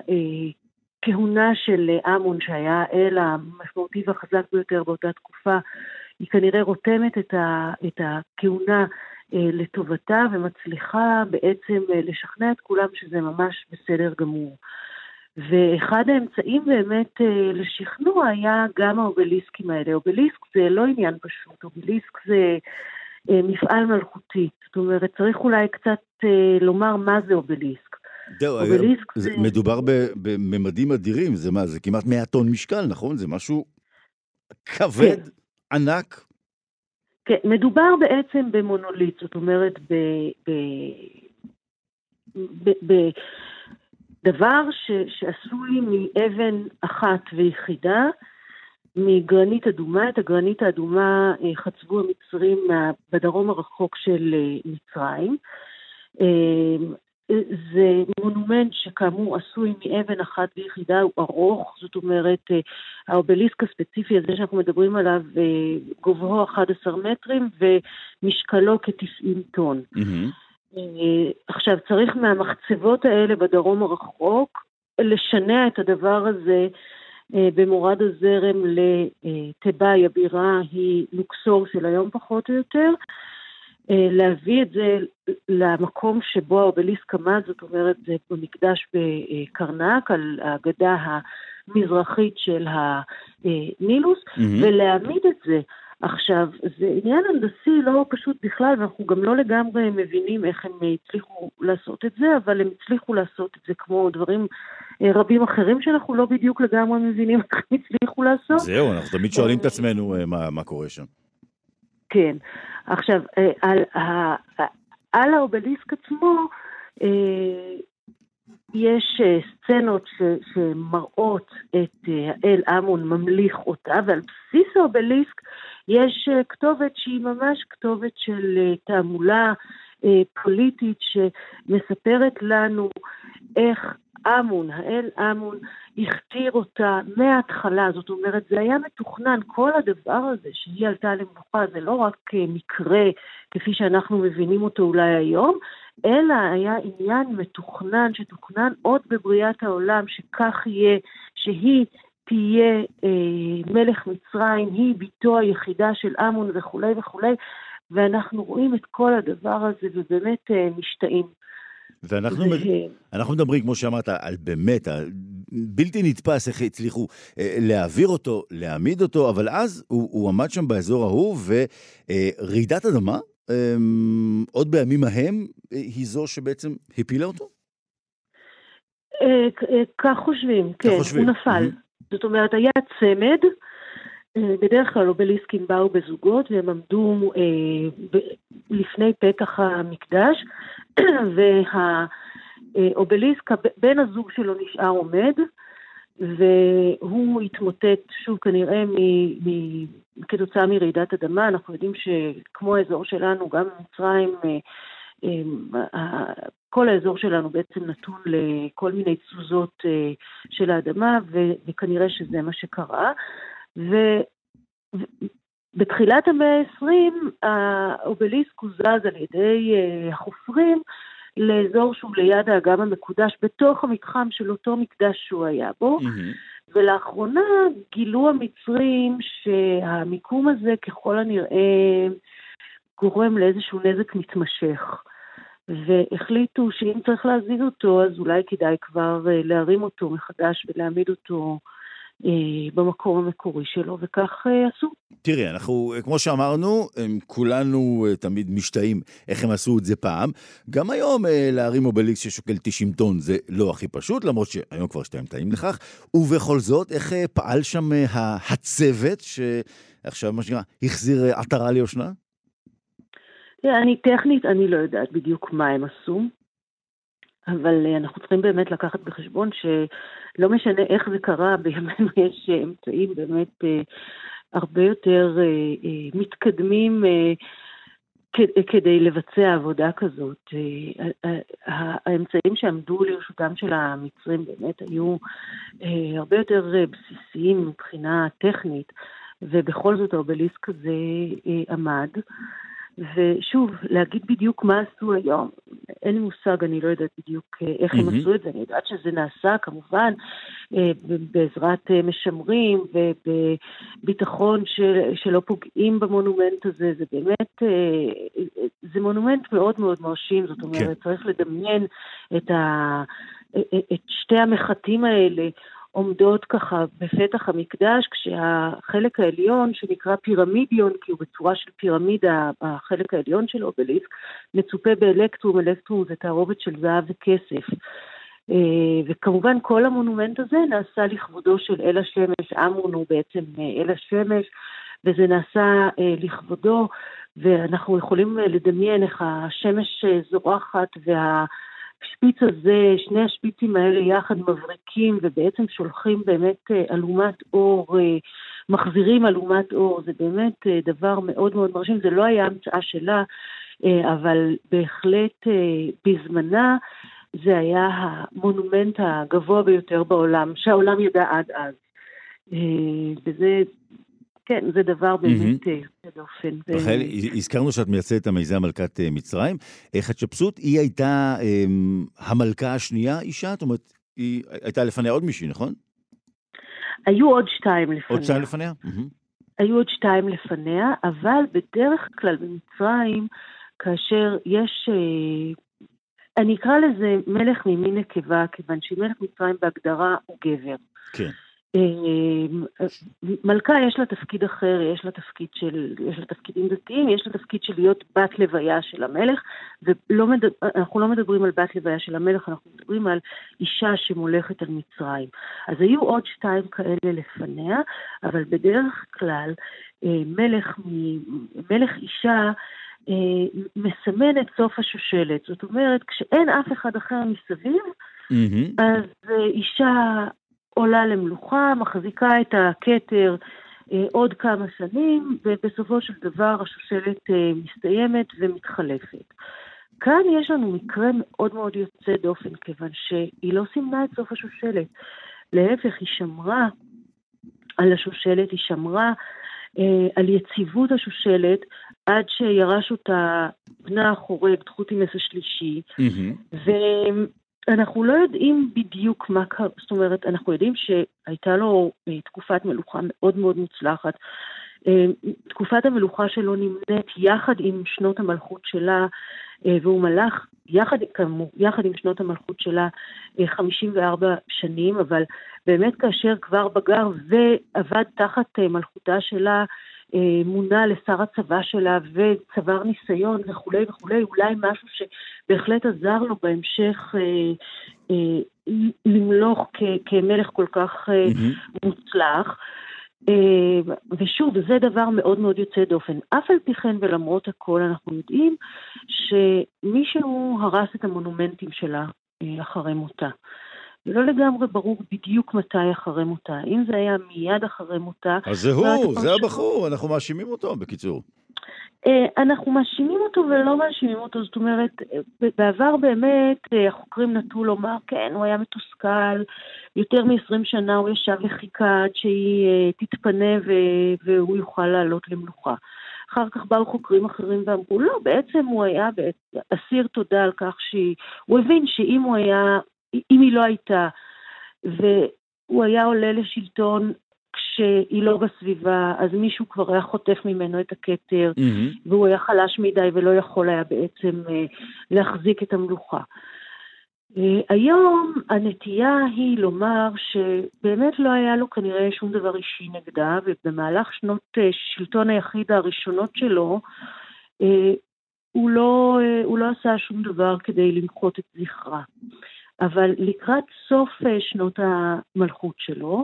הכהונה של אמון שהיה האל המשמעותי והחזק ביותר באותה תקופה, היא כנראה רותמת את, ה, את הכהונה לטובתה ומצליחה בעצם לשכנע את כולם שזה ממש בסדר גמור. ואחד האמצעים באמת לשכנוע היה גם האובליסקים האלה. אובליסק זה לא עניין פשוט, אובליסק זה מפעל מלכותי. זאת אומרת, צריך אולי קצת לומר מה זה אובליסק. אובליסק זה... מדובר בממדים אדירים, זה מה? זה כמעט מאה טון משקל, נכון? זה משהו כבד, ענק. כן, מדובר בעצם במונוליט, זאת אומרת, ב... ב... ב... ב... דבר ש, שעשוי מאבן אחת ויחידה, מגרנית אדומה. את הגרנית האדומה חצבו המצרים בדרום הרחוק של מצרים. זה מונומנט שכאמור עשוי מאבן אחת ויחידה, הוא ארוך, זאת אומרת, האובליסק הספציפי הזה שאנחנו מדברים עליו, גובהו אחד עשר מטרים ומשקלו כ-תשעים טון. Mm-hmm. עכשיו צריך מהמחצבות האלה בדרום הרחוק לשנע את הדבר הזה במורד הזרם לטבעי, הבירה היא לוקסור של היום פחות או יותר, להביא את זה למקום שבו האובליסק עמד, זאת אומרת זה במקדש בקרנק על הגדה המזרחית של הנילוס, mm-hmm. ולהעמיד את זה עכשיו, זה עניין הנדסי לא פשוט בכלל, ואנחנו גם לא לגמרי מבינים איך הם הצליחו לעשות את זה, אבל הם הצליחו לעשות את זה כמו דברים רבים אחרים שאנחנו לא בדיוק לגמרי מבינים איך הם הצליחו לעשות. זהו, אנחנו תמיד שואלים את עצמנו מה, מה קורה שם. כן. עכשיו, על, על האובליסק עצמו, יש סצנות ש, שמראות את האל אמון ממליך אותה, ועל בסיס האובליסק יש כתובת שהיא ממש כתובת של תעמולה פוליטית שמספרת לנו איך אמון, האל אמון, הכתיר אותה מההתחלה. זאת אומרת, זה היה מתוכנן, כל הדבר הזה שהיא עלתה למנוחה, זה לא רק מקרה כפי שאנחנו מבינים אותו אולי היום, אלא היה עניין מתוכנן, שתוכנן עוד בבריאת העולם, שכך יהיה, שהיא תהיה אה, מלך מצרים, היא ביתו היחידה של אמון וכו' וכו', ואנחנו רואים את כל הדבר הזה ובאמת אה, משתאים. ואנחנו ו... אנחנו מדברים, כמו שאמרת, על באמת, על בלתי נתפס איך הצליחו אה, להעביר אותו, להעמיד אותו, אבל אז הוא, הוא עמד שם באזור ההוא, ורעידת אדמה, אה, עוד בימים ההם, אה, היא זו שבעצם הפילה אותו? אה, אה, כך חושבים, כן, חושבים. הוא נפל. Mm-hmm. זאת אומרת, היה צמד, בדרך כלל אובליסקים באו בזוגות, והם עמדו אה, ב, לפני פתח המקדש, והאובליסק, בן הזוג שלו נשאר עומד, והוא התמוטט שוב כנראה מ, מ, כתוצאה מרעידת אדמה. אנחנו יודעים שכמו האזור שלנו, גם במצרים, אה, אה, כל האזור שלנו בעצם נתון לכל מיני תזוזות אה, של האדמה, ו, וכנראה שזה מה שקרה. ובתחילת המאה ה-עשרים האובליסק הוזז על ידי החופרים לאזור שהוא ליד האגם המקודש, בתוך המתחם של אותו מקדש שהוא היה בו, mm-hmm. ולאחרונה גילו המצרים שהמיקום הזה ככל הנראה גורם לאיזשהו נזק מתמשך, והחליטו שאם צריך להזיז אותו, אז אולי כדאי כבר להרים אותו מחדש ולהעמיד אותו במקום המקורי שלו, וכך עשו. תראי, אנחנו, כמו שאמרנו, כולנו תמיד משתאים איך הם עשו את זה פעם. גם היום להרים אובליסק ששוקל תשעים טון זה לא הכי פשוט, למרות שהיום כבר שתיים טעים לכך, ובכל זאת, איך פעל שם הצוות שעכשיו מה שנראה, החזיר עטרה ליושנה? אני טכנית, אני לא יודעת בדיוק מה הם עשו, אבל אנחנו צריכים באמת לקחת בחשבון שלא משנה איך זה קרה, בימינו יש אמצעים באמת הרבה יותר מתקדמים כדי לבצע עבודה כזאת. האמצעים שעמדו לרשותם של המצרים באמת היו הרבה יותר בסיסיים מבחינה טכנית, ובכל זאת האובליסק הזה עמד. ושוב, להגיד בדיוק מה עשו היום, אין לי מושג, אני לא יודעת בדיוק איך הם עשו את זה, אני יודעת שזה נעשה כמובן בעזרת משמרים ובביטחון שלא פוגעים במונומנט הזה, זה באמת, זה מונומנט מאוד מאוד מרשים, זאת אומרת, צריך לדמיין את שתי המחטים האלה, עומדות ככה בפתח המקדש, כשהחלק העליון שנקרא פירמידיון, כי הוא בצורה של פירמידה, החלק העליון של אובליסק, מצופה באלקטרום, אלקטרום זה תערובת של זהב וכסף. וכמובן כל המונומנט הזה נעשה לכבודו של אל השמש, אמון הוא בעצם אל השמש, וזה נעשה לכבודו, ואנחנו יכולים לדמיין איך השמש זורחת וה... השפיץ הזה, שני השפיצים האלה יחד מבריקים ובעצם שולחים באמת אלומת אור, מחזירים אלומת אור, זה באמת דבר מאוד מאוד מרשים, זה לא היה המצאה שלה, אבל בהחלט בזמנה זה היה המונומנט הגבוה ביותר בעולם, שהעולם ידע עד אז. וזה... כן, זה דבר באמת דופן. רחל, הזכרנו שאת מייצאת את המיזם מלכת מצרים. חתשפסות, היא הייתה המלכה השנייה אישה? זאת אומרת, היא הייתה לפניה עוד מישהי, נכון? היו עוד שתיים לפניה. עוד שתיים לפניה? היו עוד שתיים לפניה, אבל בדרך כלל במצרים, כאשר יש, אני אקרא לזה מלך ממין נקבה, כיוון שמלך מצרים בהגדרה הוא גבר. כן. מלכה יש לה תפקיד אחר, יש לה תפקיד של, יש לה תפקידים דתיים, יש לה תפקיד של להיות בת לוויה של המלך, ואנחנו לא מדברים על בת לוויה של המלך, אנחנו מדברים על אישה שמולכת על מצרים. אז היו עוד שתיים כאלה לפניה, אבל בדרך כלל מלך, מלך אישה מסמן את סוף השושלת. זאת אומרת, כשאין אף אחד אחר מסביב, אז אישה עולה למלוכה, מחזיקה את הכתר אה, עוד כמה שנים, ובסופו של דבר השושלת אה, מסתיימת ומתחלפת. כאן יש לנו מקרה מאוד מאוד יוצא דופן, כיוון שהיא לא סימנה את סוף השושלת. להפך, היא שמרה על השושלת, היא שמרה אה, על יציבות השושלת, עד שירש אותה בנה החורג, תחותימס השלישי, mm-hmm. ו... אנחנו לא יודעים בדיוק מה קרה, זאת אומרת, אנחנו יודעים שהייתה לו תקופת מלוכה מאוד מאוד מוצלחת. תקופת המלוכה שלו נמנית יחד עם שנות המלכות שלה, והוא מלך יחד, יחד עם שנות המלכות שלה חמישים וארבע שנים, אבל באמת כאשר כבר בגר ועבד תחת מלכותה שלה, מונה לשר הצבא שלה וצבר ניסיון וכו' וכו', אולי משהו שבהחלט עזר לו בהמשך אה, אה, למלוך כ- כמלך כל כך אה, mm-hmm. מוצלח. אה, ושוב, זה דבר מאוד מאוד יוצא דופן. אף על פי כן ולמרות הכל אנחנו יודעים שמישהו הרס את המונומנטים שלה אה, אחרי מותה. לא לגמרי ברור בדיוק מתי אחרי מותה. אם זה היה מיד אחרי מותה... אז זה הוא, זה הבחור, אנחנו מאשימים אותו, בקיצור. אנחנו מאשימים אותו ולא מאשימים אותו, זאת אומרת, בעבר באמת החוקרים נטו לומר, כן, הוא היה מתוסכל, יותר מ-עשרים שנה הוא ישב וחיכה עד שהיא תתפנה והוא יוכל לעלות למלוכה. אחר כך באו חוקרים אחרים ואמרו, לא, בעצם הוא היה אסיר תודה על כך שהוא הבין שאם הוא היה... אם היא לא הייתה, והוא היה עולה לשלטון כשהיא לא בסביבה, אז מישהו כבר היה חוטף ממנו את הכתר, mm-hmm. והוא היה חלש מדי ולא יכול היה בעצם להחזיק את המלוכה. היום הנטייה היא לומר שבאמת לא היה לו כנראה שום דבר אישי נגדה, ובמהלך שנות שלטון היחיד הראשונות שלו, הוא לא, הוא לא עשה שום דבר כדי למחות את זכרה. אבל לקראת סוף שנות המלכות שלו,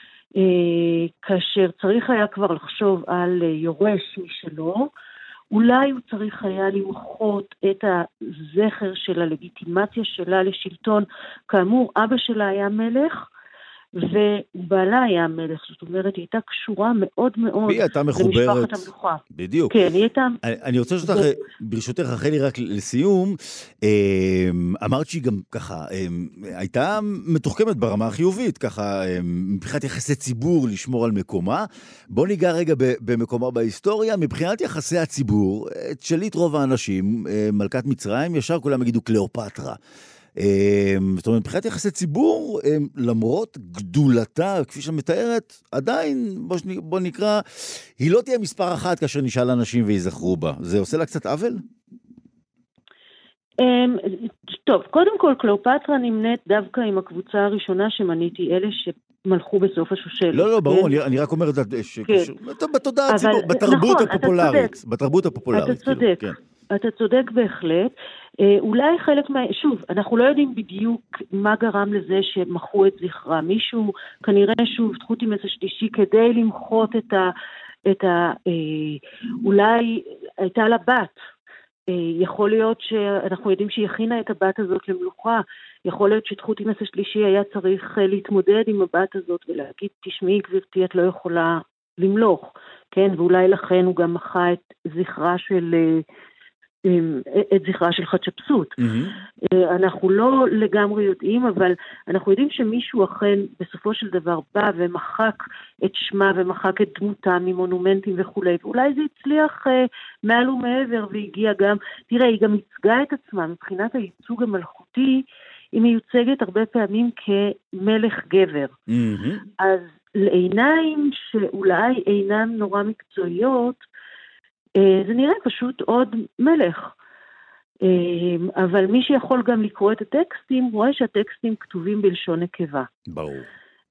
כאשר צריך היה כבר לחשוב על יורש משלו, אולי הוא צריך היה למחות את הזכר של הלגיטימציה שלה לשלטון. כאמור, אבא שלה היה מלך, ובעלה היה המלך, זאת אומרת, היא הייתה קשורה מאוד מאוד למשפחת המלוכה. בדיוק. כן, היא הייתה... אני רוצה לשאול אותך, ברשותך, רחלי, רק לסיום, אמרת שהיא גם ככה, הייתה מתוחכמת ברמה החיובית, ככה, מבחינת יחסי ציבור לשמור על מקומה. בוא ניגע רגע במקומה בהיסטוריה, מבחינת יחסי הציבור, את שליט רוב האנשים, מלכת מצרים, ישר כולם יגידו קליאופטרה. זאת אומרת, מבחינת יחסי ציבור, למרות גדולתה, כפי שמתארת, עדיין, בוא נקרא, היא לא תהיה מספר אחת כאשר נשאל אנשים ויזכרו בה. זה עושה לה קצת עוול? טוב, קודם כל, קליאופטרה נמנית דווקא עם הקבוצה הראשונה שמניתי, אלה שמלכו בסוף השושלת. לא, לא, ברור, אני רק אומרת, בתודעה הציבור, בתרבות הפופולרית. בתרבות הפופולרית. אתה צודק. אתה צודק בהחלט. אולי חלק מה... שוב, אנחנו לא יודעים בדיוק מה גרם לזה שמחו את זכרה. מישהו, כנראה שוב, תחותימס השלישי, כדי למחות את ה... את ה אולי הייתה לה בת. יכול להיות שאנחנו יודעים שהיא הכינה את הבת הזאת למלוכה. יכול להיות שתחותימס השלישי היה צריך להתמודד עם הבת הזאת ולהגיד, תשמעי גברתי, את לא יכולה למלוך. כן, ואולי לכן הוא גם מחה את זכרה של... את זכרה של חתשפסות. Mm-hmm. אנחנו לא לגמרי יודעים, אבל אנחנו יודעים שמישהו אכן בסופו של דבר בא ומחק את שמה ומחק את דמותה ממונומנטים וכו'. ואולי זה הצליח uh, מעל ומעבר והגיע גם, תראה, היא גם ייצגה את עצמה מבחינת הייצוג המלכותי, היא מיוצגת הרבה פעמים כמלך גבר. Mm-hmm. אז לעיניים שאולי אינן נורא מקצועיות, זה נראה פשוט עוד מלך. אבל מי שיכול גם לקרוא את הטקסטים, רואה שהטקסטים כתובים בלשון נקבה. ברור.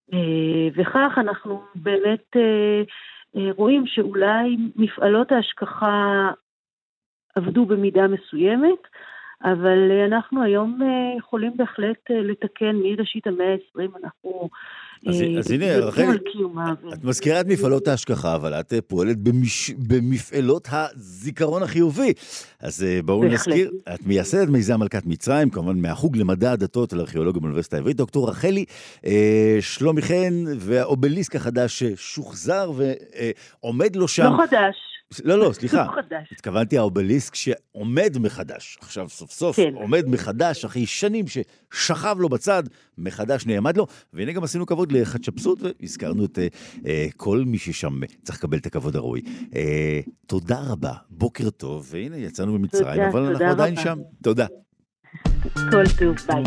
וכך אנחנו באמת רואים שאולי מפעלות ההשכחה עבדו במידה מסוימת, אבל אנחנו היום יכולים בהחלט לתקן מראשית המאה ה-עשרים, אנחנו אז, אז הנה, רחלי, את מזכירה את מפעלות ההשכחה, אבל את פועלת במש... במפעלות הזיכרון החיובי. אז בואו נזכיר, את מייסדת מיזם מלכת מצרים, כמובן מהחוג למדע הדתות לארכיאולוגיה באוניברסיטה העברית, דוקטור רחלי שלומי חן, והאובליסק החדש שוחזר ועומד לו שם. לא חדש. לא, לא, סליחה. התכוונתי האובליסק שעומד מחדש. עכשיו סוף סוף כן. עומד מחדש, אחרי שנים ששכב לו בצד, מחדש נעמד לו, והנה גם עשינו כבוד לחדשפסות, והזכרנו את אה, כל מי ששם צריך לקבל את הכבוד הראוי. אה, תודה רבה, בוקר טוב, והנה יצאנו במצרים, תודה, אבל תודה אנחנו רבה. עדיין שם. תודה. כל טוב, ביי.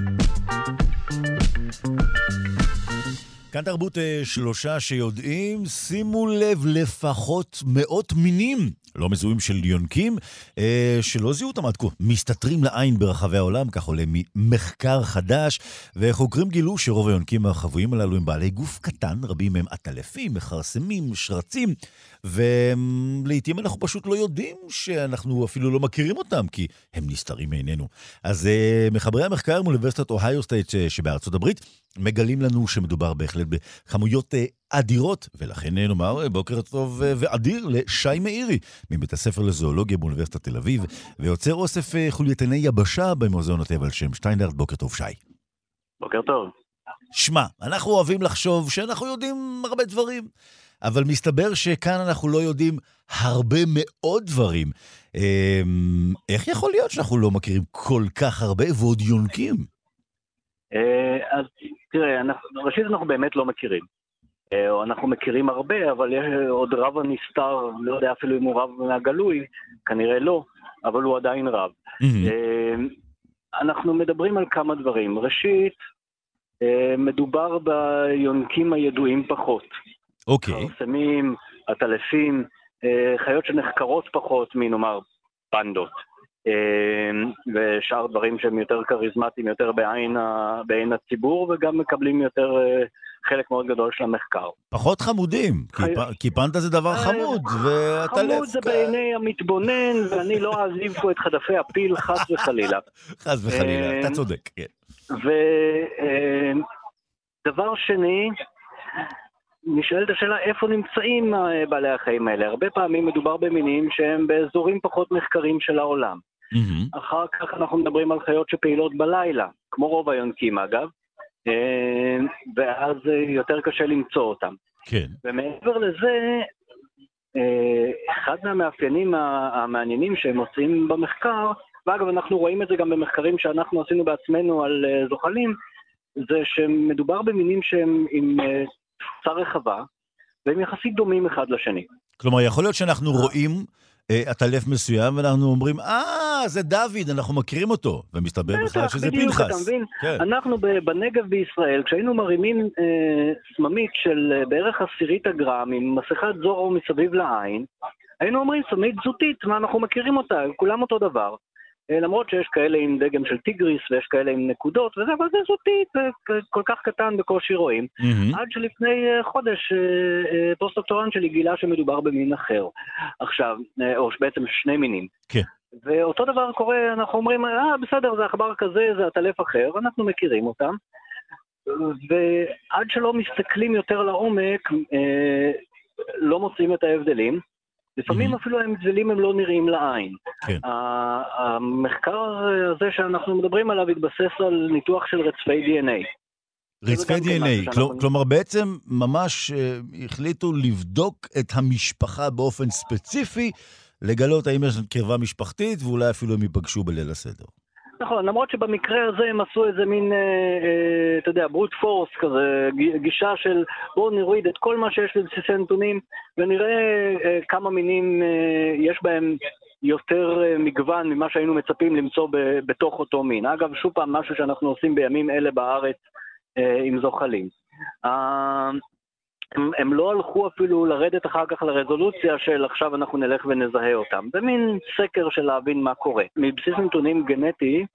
כאן תרבות שלושה שיודעים, שימו לב, לפחות מאות מינים לא מזוהים של יונקים, שלא זיהו אותם עד כה, מסתתרים לעין ברחבי העולם, כך עולה ממחקר חדש, וחוקרים גילו שרוב היונקים החבויים הללו הם בעלי גוף קטן, רבים הם עטלפים, מחרסמים, שרצים, ולעיתים אנחנו פשוט לא יודעים שאנחנו אפילו לא מכירים אותם, כי הם נסתרים מעינינו. אז מחברי המחקר מאוניברסיטת אוהיו סטייט שבארצות הברית, מגלים לנו שמדובר בהחלט בחמויות אדירות, ולכן נאמר בוקר טוב ואדיר לשי מאירי, מבית הספר לזואולוגיה באוניברסיטת תל אביב, ויוצר אוסף חולייתני יבשה במוזיאון הטבע על שם שטיינהרט. בוקר טוב שי. בוקר טוב. שמע, אנחנו אוהבים לחשוב שאנחנו יודעים הרבה דברים, אבל מסתבר שכאן אנחנו לא יודעים הרבה מאוד דברים. איך יכול להיות שאנחנו לא מכירים כל כך הרבה ועוד יונקים? אז תראה, ראשית אנחנו באמת לא מכירים. אנחנו מכירים הרבה, אבל עוד רב הנסתר, לא יודע אפילו אם הוא רב מהגלוי, כנראה לא, אבל הוא עדיין רב. אנחנו מדברים על כמה דברים. ראשית, מדובר ביונקים הידועים פחות. אוקיי. חרסמים, עטלפים, חיות שנחקרות פחות מנאמר פנדות. ושאר דברים שהם יותר קריזמטיים, יותר בעין, בעין הציבור, וגם מקבלים יותר חלק מאוד גדול של המחקר. פחות חמודים, כי, כי פנדה זה דבר חמוד, ואתה לב... חמוד זה בעיני המתבונן, ואני לא אעזיב פה את חדפי הפיל, חס וחלילה. חס וחלילה, אתה צודק, כן. ודבר שני, נשאלת השאלה איפה נמצאים בעלי החיים האלה. הרבה פעמים מדובר במינים שהם באזורים פחות מחקרים של העולם. Mm-hmm. אחר כך אנחנו מדברים על חיות שפעילות בלילה, כמו רוב היונקים אגב, ואז יותר קשה למצוא אותם. כן. ומעבר לזה, אחד מהמאפיינים המעניינים שהם מוצאים במחקר, ואגב אנחנו רואים את זה גם במחקרים שאנחנו עשינו בעצמנו על זוחלים, זה שמדובר במינים שהם עם תפוצה רחבה, והם יחסית דומים אחד לשני. כלומר, יכול להיות שאנחנו רואים עטלף מסוים, ואנחנו אומרים, אה, זה דוד, אנחנו מכירים אותו, ומסתבר בכלל שזה פנחס. אתה מבין? אנחנו בנגב בישראל, כשהיינו מרימים סממית של בערך עשירית הגרם, עם מסכת זורו מסביב לעין, היינו אומרים, סממית זוטית, מה אנחנו מכירים אותה, כולם אותו דבר. למרות שיש כאלה עם דגם של טיגריס, ויש כאלה עם נקודות, וזה, אבל זה זוטית, כל כך קטן בקושי רואים. Mm-hmm. עד שלפני חודש, פוסט-דוקטורנט שלי גילה שמדובר במין אחר. עכשיו, או בעצם שני מינים. כן. Okay. ואותו דבר קורה, אנחנו אומרים, אה, בסדר, זה עכבר כזה, זה עטלף אחר, אנחנו מכירים אותם. ועד שלא מסתכלים יותר לעומק, לא מוצאים את ההבדלים. לפעמים אפילו ההבדלים הם לא נראים לעין. כן. המחקר הזה שאנחנו מדברים עליו התבסס על ניתוח של רצפי די אן איי. רצפי די אן איי, כלומר בעצם ממש החליטו לבדוק את המשפחה באופן ספציפי, לגלות האם יש קרבה משפחתית, ואולי אפילו הם ייפגשו בליל הסדר. נכון, למרות שבמקרה הזה הם עשו איזה מין, אה, אתה יודע, ברוט פורס כזה, גישה של בואו נוריד את כל מה שיש בבסיסי נתונים, ונראה אה, כמה מינים אה, יש בהם יותר אה, מגוון ממה שהיינו מצפים למצוא ב, בתוך אותו מין. אגב, שוב פעם, משהו שאנחנו עושים בימים אלה בארץ אה, עם זוחלים. אה, הם, הם לא הלכו אפילו לרדת אחר כך לרזולוציה של עכשיו אנחנו נלך ונזהה אותם. זה מין סקר של להבין מה קורה. מבסיס נתונים גנטי,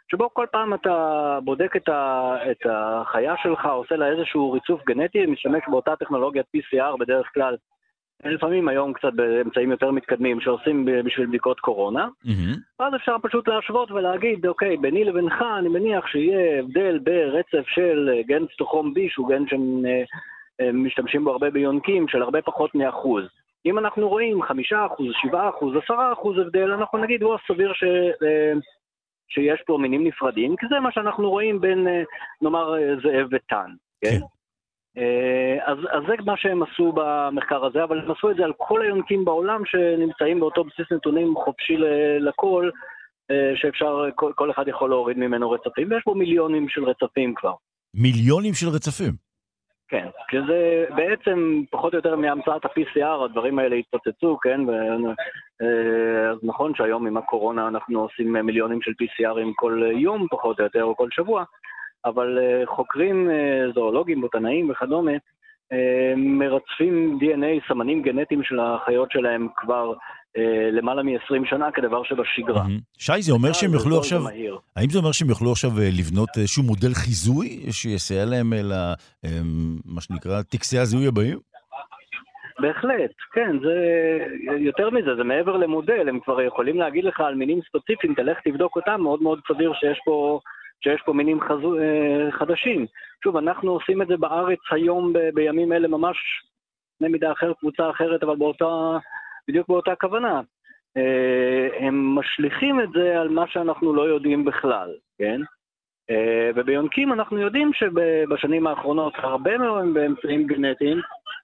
שבו כל פעם אתה בודק את, ה, את החיה שלך, עושה לה איזשהו ריצוף גנטי, משתמש באותה טכנולוגיית פי סי אר בדרך כלל, לפעמים היום קצת באמצעים יותר מתקדמים שעושים בשביל בדיקות קורונה, mm-hmm. אז אפשר פשוט להשוות ולהגיד, אוקיי, ביני לבינך אני מניח שיהיה הבדל ברצף של גן סטוכרום B, שהוא גן שמשתמשים בו הרבה ביונקים, של הרבה פחות מאחוז. אם אנחנו רואים חמישה אחוז, שבעה אחוז, עשרה אחוז הבדל, אנחנו נגיד, הוא סביר ש... שיש פה מינים נפרדים, כי זה מה שאנחנו רואים בין, נאמר, זאב וטן, כן? אז, אז זה מה שהם עשו במחקר הזה, אבל הם עשו את זה על כל היונקים בעולם שנמצאים באותו בסיס נתונים חופשי לכל, שאפשר, כל, כל אחד יכול להוריד ממנו רצפים, ויש בו מיליונים של רצפים כבר. מיליונים של רצפים? כן, שזה בעצם פחות או יותר מהמצאת ה-פי סי אר, הדברים האלה התפוצצו, כן, אז נכון שהיום עם הקורונה אנחנו עושים מיליונים של פי סי ארים כל יום פחות או יותר, או כל שבוע, אבל חוקרים זואולוגים, בוטנאים וכדומה, מרצפים די אן איי, סמנים גנטיים של החיות שלהם כבר למעלה מ-עשרים שנה כדבר שבשגרה. שי, זה אומר שהם יוכלו עכשיו, האם זה אומר שהם יוכלו עכשיו לבנות איזשהו מודל חיזוי שיסייע להם מה שנקרא טקסי הזיהוי הבאים? בהחלט, כן, זה יותר מזה, זה מעבר למודל, הם כבר יכולים להגיד לך על מינים ספציפיים, תלך תבדוק אותם, מאוד מאוד סביר שיש פה שיש פה מינים חזו, חדשים. שוב, אנחנו עושים את זה בארץ היום ב, בימים אלה ממש במידה אחרת, קבוצה אחרת, אבל באותה, בדיוק באותה כוונה. הם משליכים את זה על מה שאנחנו לא יודעים בכלל, כן? וביונקים אנחנו יודעים שבשנים האחרונות הרבה מאוד באמצעים גנטיים,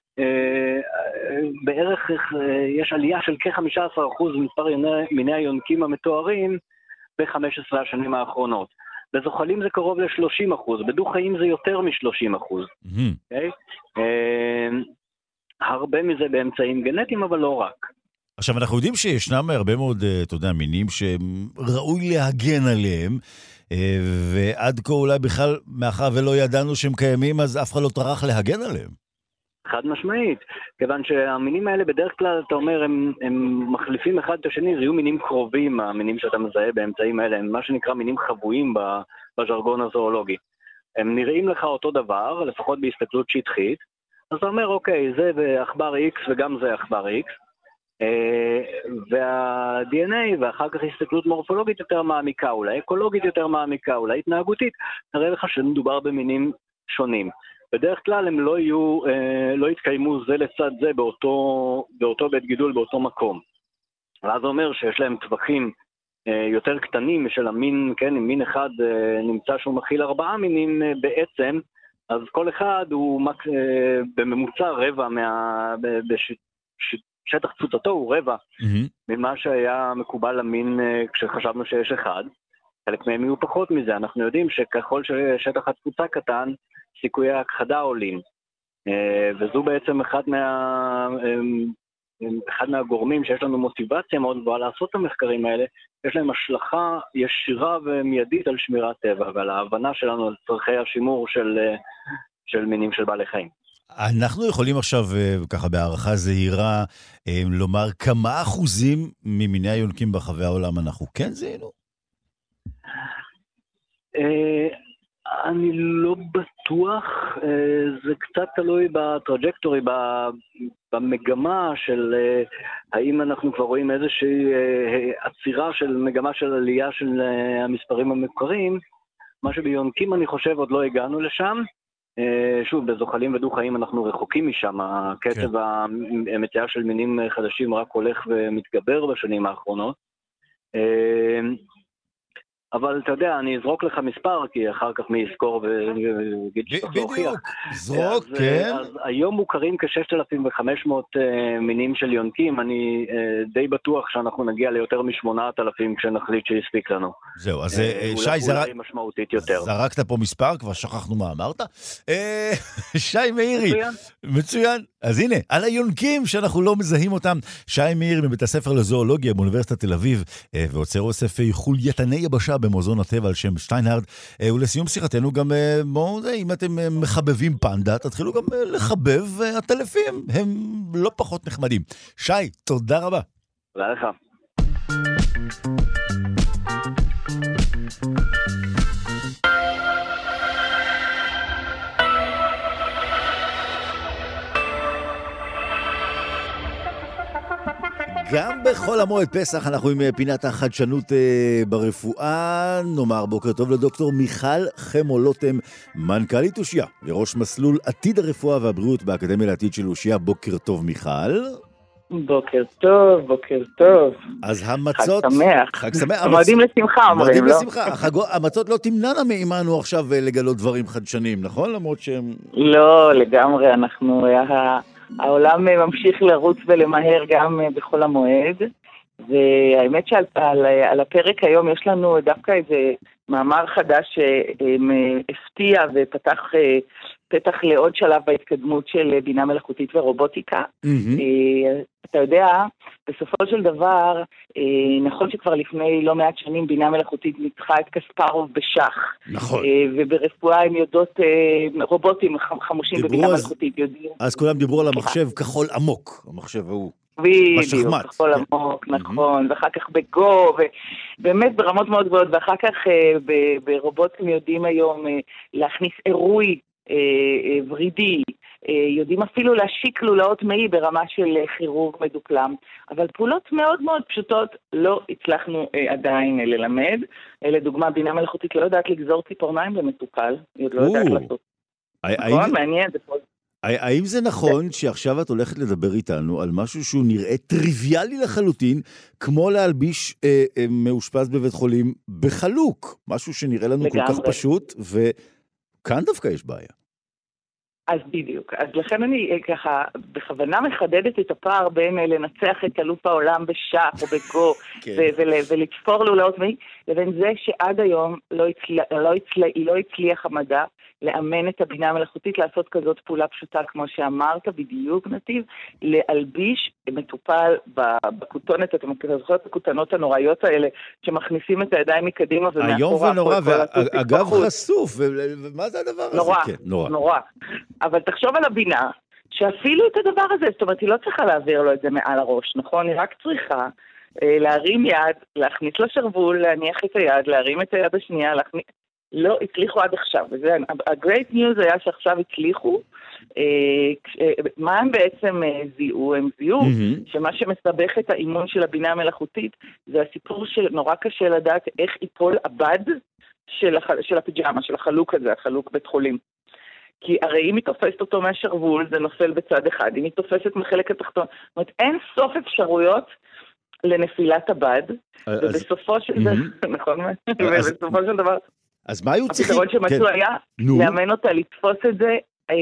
בערך יש עלייה של כ-חמישה עשר אחוז מספר מיני היונקים המתוארים ב-חמש עשרה השנים האחרונות. בזוחלים זה קרוב ל-שלושים אחוז, בדו-חיים זה יותר מ-שלושים אחוז. Mm-hmm. Okay? Uh, הרבה מזה באמצעים גנטיים, אבל לא רק. עכשיו, אנחנו יודעים שישנם הרבה מאוד, אתה יודע, מינים שראוי להגן עליהם, ועד כה אולי בכלל, מאחר ולא ידענו שהם קיימים, אז אף אחד לא טרח להגן עליהם. חד משמעית, כיוון שהמינים האלה בדרך כלל, אתה אומר, הם, הם מחליפים אחד את השני, זה יהיו מינים קרובים, המינים שאתה מזהה באמצעים האלה, הם מה שנקרא מינים חבויים בז'רגון הזואולוגי. הם נראים לך אותו דבר, לפחות בהסתכלות שטחית, אז אתה אומר, אוקיי, זה ואחבר X וגם זה אחבר X, וה-די אן איי ואחר כך הסתכלות מורפולוגית יותר מעמיקה, אולי אקולוגית יותר מעמיקה, אולי התנהגותית, נראה לך שמדובר במינים שונים. בדרך כלל הם לא יהיו, לא יתקיימו זה לצד זה באותו, באותו בית גידול, באותו מקום. ואז זה אומר שיש להם טווחים יותר קטנים של המין, כן, אם מין אחד נמצא שהוא מכיל ארבעה מינים בעצם, אז כל אחד הוא בממוצע רבע, מה, בשטח תפוצתו הוא רבע, mm-hmm. ממה שהיה מקובל למין כשחשבנו שיש אחד. חלק מהם יהיו פחות מזה, אנחנו יודעים שככל ששטח התפוצה קטן, סיכויי ההכחדה עולים, וזו בעצם אחד, מה, אחד מהגורמים שיש לנו מוטיבציה מאוד גבוהה לעשות את המחקרים האלה, יש להם השלכה ישירה ומיידית על שמירת טבע, ועל ההבנה שלנו על צרכי השימור של, של מינים של בעלי חיים. אנחנו יכולים עכשיו, ככה בהערכה זהירה, לומר כמה אחוזים ממיני היונקים ברחבי העולם אנחנו כן זהינו? אני לא בטוח, זה קצת תלוי בטראג'קטורי, במגמה של האם אנחנו כבר רואים איזושהי עצירה של מגמה של עלייה של המספרים המוכרים, מה שביונקים אני חושב עוד לא הגענו לשם, שוב בזוחלים ודו-חיים אנחנו רחוקים משם, הקצב כן. המציאה של מינים חדשים רק הולך ומתגבר בשנים האחרונות, אבל אתה יודע, אני אזרוק לך מספר, כי אחר כך מי יזכור ויגיד שצריך להוכיח. בדיוק, זרוק, כן. אז היום מוכרים כ-ששת אלפים וחמש מאות מינים של יונקים, אני די בטוח שאנחנו נגיע ליותר מ-שמונת אלפים כשנחליט שיספיק לנו. זהו, אז שי, זרקת פה מספר, כבר שכחנו מה אמרת. שי מאירי. מצוין. מצוין. אז הנה, על היונקים שאנחנו לא מזהים אותם, שי מאירי מבית הספר לזואולוגיה באוניברסיטת תל אביב, ועוצר אוסף חולייתני יבשה במוזיאון הטבע על שם שטיינהרד, ולסיום שיחתנו גם, אם אתם מחבבים פנדה, תתחילו גם לחבב עטלפים, הם לא פחות נחמדים. שי, תודה רבה. תודה לך. גם בחול המועד פסח אנחנו עם פינת החדשנות ברפואה. נאמר בוקר טוב לדוקטור מיכל חמו-לוטם, מנכ"לית אושיה, לראש מסלול עתיד הרפואה והבריאות באקדמיה לעתיד של אושיה. בוקר טוב מיכל. בוקר טוב, בוקר טוב. אז המצות... חג שמח. חג שמח. מועדים לשמחה, אומרים, לא? מועדים לשמחה. המצות לא תמנענה מעימנו עכשיו לגלות דברים חדשנים, נכון? למרות שהם... לא, לגמרי. אנחנו... העולם ממשיך לרוץ ולמהר גם בחול המועד, והאמת שעל על, על הפרק היום יש לנו דווקא איזה מאמר חדש שהפתיע ופתח פתח לעוד שלב בהתקדמות של בינה מלאכותית ורובוטיקה. Mm-hmm. אתה יודע, בסופו של דבר, נכון שכבר לפני לא מעט שנים בינה מלאכותית ניצחה את קספרוב בשח. נכון. וברפואה הם יודעות, רובוטים חמושים בבינה אז, מלאכותית יודעים. אז כולם דיברו על המחשב כחול עמוק, המחשב ההוא. בדיוק, כחול עמוק, נכון, ואחר כך בגו, ובאמת ברמות מאוד גבוהות, ואחר כך ברובוטים יודעים היום להכניס אירוי ורידי, יודעים אפילו להשיק לולאות מעי ברמה של חירוב מדופלם, אבל פעולות מאוד מאוד פשוטות לא הצלחנו עדיין ללמד. לדוגמה, בינה מלאכותית לא יודעת לגזור ציפורניים במטופל, היא עוד לא יודעת לעשות. נכון, מעניין, זה פה. האם זה נכון שעכשיו את הולכת לדבר איתנו על משהו שהוא נראה טריוויאלי לחלוטין, כמו להלביש אה, אה, מאושפז בבית חולים בחלוק? משהו שנראה לנו לגמרי. כל כך פשוט, וכאן דווקא יש בעיה. אז בדיוק. אז לכן אני ככה בכוונה מחדדת את הפער בין לנצח את אלוף העולם בשח או בגו ולתפור לולאות מי, לבין זה שעד היום לא הצליח, לא הצליח, לא הצליח המדע לאמן את הבינה המלאכותית לעשות כזאת פעולה פשוטה, כמו שאמרת בדיוק נתיב, להלביש מטופל בכותונת, אתם זוכרים את הכותנות הנוראיות האלה, שמכניסים את הידיים מקדימה ומאחורה. היום ונורא, ואגב חשוף, ומה זה הדבר הזה? נורא, נורא. נורא. אבל תחשוב על הבינה, שאפילו את הדבר הזה, זאת אומרת, היא לא צריכה להעביר לו את זה מעל הראש, נכון? היא רק צריכה אה, להרים יד, להכניס לשרוול, להניח את היד, להרים את היד השנייה, להכניס... לא הצליחו עד עכשיו. וזה, ה-great news היה שעכשיו הצליחו. אה, מה הם בעצם אה, זיהו? הם זיהו mm-hmm. שמה שמסבך את האימון של הבינה המלאכותית, זה הסיפור שנורא קשה לדעת איך ייפול הבד של, הח... של הפיג'מה, של החלוק הזה, החלוק בית חולים. כי הרי אם היא תופסת אותו מהשרוול, זה נופל בצד אחד. אם היא תופסת מחלק התחתון, זאת אומרת, אין סוף אפשרויות לנפילת הבד, ובסופו של דבר, נכון? ובסופו של דבר, אז מה היו צריכים? הפתרון שמצאו היה לאמן אותה לתפוס את זה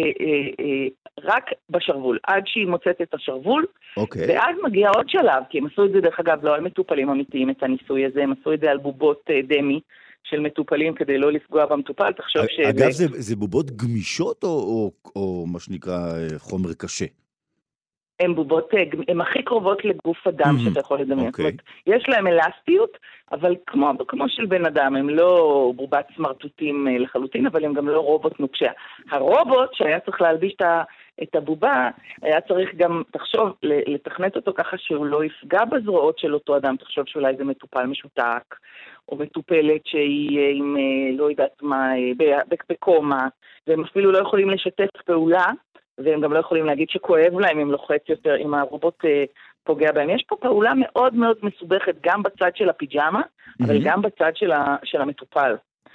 רק בשרוול, עד שהיא מוצאת את השרוול, ואז מגיע עוד שלב, כי הם עשו את זה דרך אגב לא על מטופלים אמיתיים, את הניסוי הזה, הם עשו את זה על בובות דמי, של מטופלים כדי לא לפגוע במטופל, תחשוב ש... אגב, זה, זה בובות גמישות או, או, או מה שנקרא חומר קשה? הן בובות, הן הכי קרובות לגוף אדם שאתה יכול לדמיין. Okay. זאת אומרת, יש להם אלסטיות, אבל כמו, כמו של בן אדם, הם לא בובת סמרטוטים לחלוטין, אבל הם גם לא רובוט נוקשה. הרובוט שהיה צריך להלביש את הבובה, היה צריך גם, תחשוב, לתכנת אותו ככה שהוא לא יפגע בזרועות של אותו אדם, תחשוב שאולי זה מטופל משותק, או מטופלת שהיא עם, לא יודעת מה, בקומה, והם אפילו לא יכולים לשתף פעולה, והם גם לא יכולים להגיד שכואב להם אם לוחץ יותר, אם הרובוט פוגע בהם. יש פה פעולה מאוד מאוד מסובכת, גם בצד של הפיג'מה, mm-hmm. אבל גם בצד של, ה, של המטופל.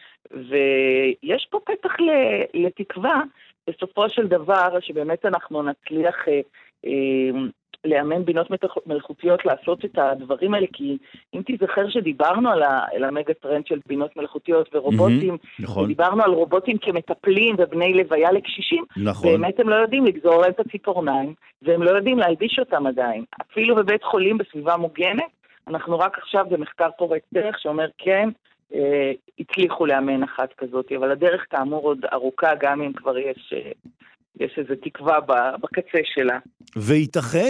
ויש פה פתח לתקווה, בסופו של דבר, שבאמת אנחנו נצליח אה, אה, לאמן בינות מלאכותיות לעשות את הדברים האלה, כי אם תזכר שדיברנו על, ה, על המגה טרנד של בינות מלאכותיות ורובוטים, mm-hmm, נכון. ודיברנו על רובוטים כמטפלים ובני לוויה לקשישים, נכון. באמת הם לא יודעים לגזור להם את הציפורניים, והם לא יודעים להלביש אותם עדיין. אפילו בבית חולים בסביבה מוגנת, אנחנו רק עכשיו במחקר פורץ דרך שאומר כן, אה, הצליחו לאמן אחת כזאת, אבל הדרך כאמור עוד ארוכה, גם אם כבר יש... אה, יש איזו תקווה בקצה שלה. וייתכן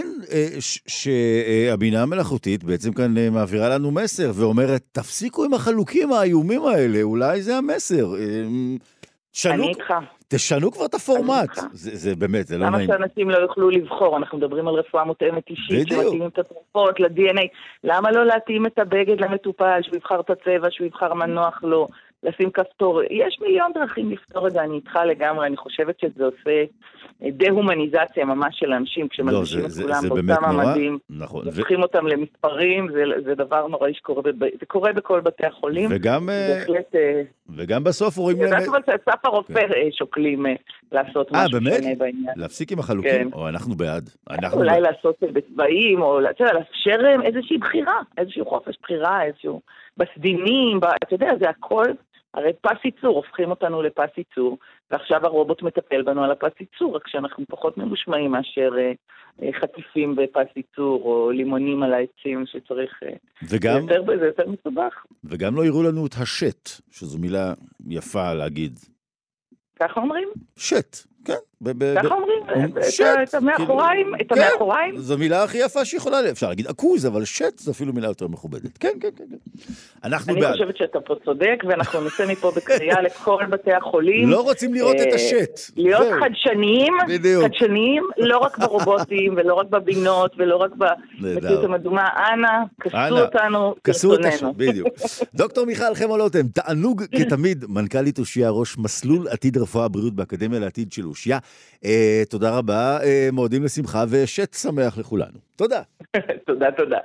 שהבינה המלאכותית בעצם כאן מעבירה לנו מסר, ואומרת, תפסיקו עם החלוקים האיומים האלה, אולי זה המסר. אני איתך. תשנו כבר את הפורמט. זה, זה באמת, זה לא נעים. למה שאנשים לא יוכלו לבחור? אנחנו מדברים על רפואה מותאמת אישית, שמתאימים את התרופות, ל-די אן איי. למה לא להתאים את הבגד למטופל, שהוא יבחר את הצבע, שהוא יבחר מנוח לו, לשים כפתור? יש מיליון דרכים לפתור את זה, אני איתך לגמרי, אני חושבת שזה עושה דה-הומניזציה ממש של אנשים, כשמלבישים את כולם באותם המדים, הופכים אותם למספרים, זה דבר נוראי שקורה, זה קורה בכל בתי החולים. וגם בסוף רואים להם... יודעת אבל שאסף הרופא שוקלים לעשות משהו שונה בעניין. להפסיק עם החלוקים? או אנחנו בעד? אולי לעשות בצבעים, או לאפשר איזושהי בחירה, איזשהו חופש בחירה, איזשהו בסדינים, אתה יודע, זה הכל... הרי פס ייצור, הופכים אותנו לפס ייצור, ועכשיו הרובוט מטפל בנו על הפס ייצור, רק שאנחנו פחות ממושמעים מאשר אה, חטיפים בפס ייצור, או לימונים על העצים שצריך... וגם, יותר בזה, יותר מסובך. וגם לא יראו לנו את השט, שזו מילה יפה להגיד. ככה אומרים? שט, כן. ככה אומרים, את המאחוריים, את המאחוריים. זו מילה הכי יפה שיכולה, אפשר להגיד עכוז, אבל שט זו אפילו מילה יותר מכובדת. כן, כן, כן. אני חושבת שאתה פה צודק, ואנחנו נצא מפה בקריאה לכל בתי החולים. לא רוצים לראות את השט. להיות חדשניים, חדשניים, לא רק ברובוטים, ולא רק בבינות, ולא רק במציאות המדומה. אנא, כסו אותנו, כרצוננו. בדיוק. דוקטור מיכל חמו-לוטם, תענוג כתמיד, מנכ"לית אושיה, ראש מסלול עתיד רפואה בריאות באקדמיה לעתיד של אושיה. תודה רבה, מועדים לשמחה ושט שמח לכולנו. תודה. תודה, תודה.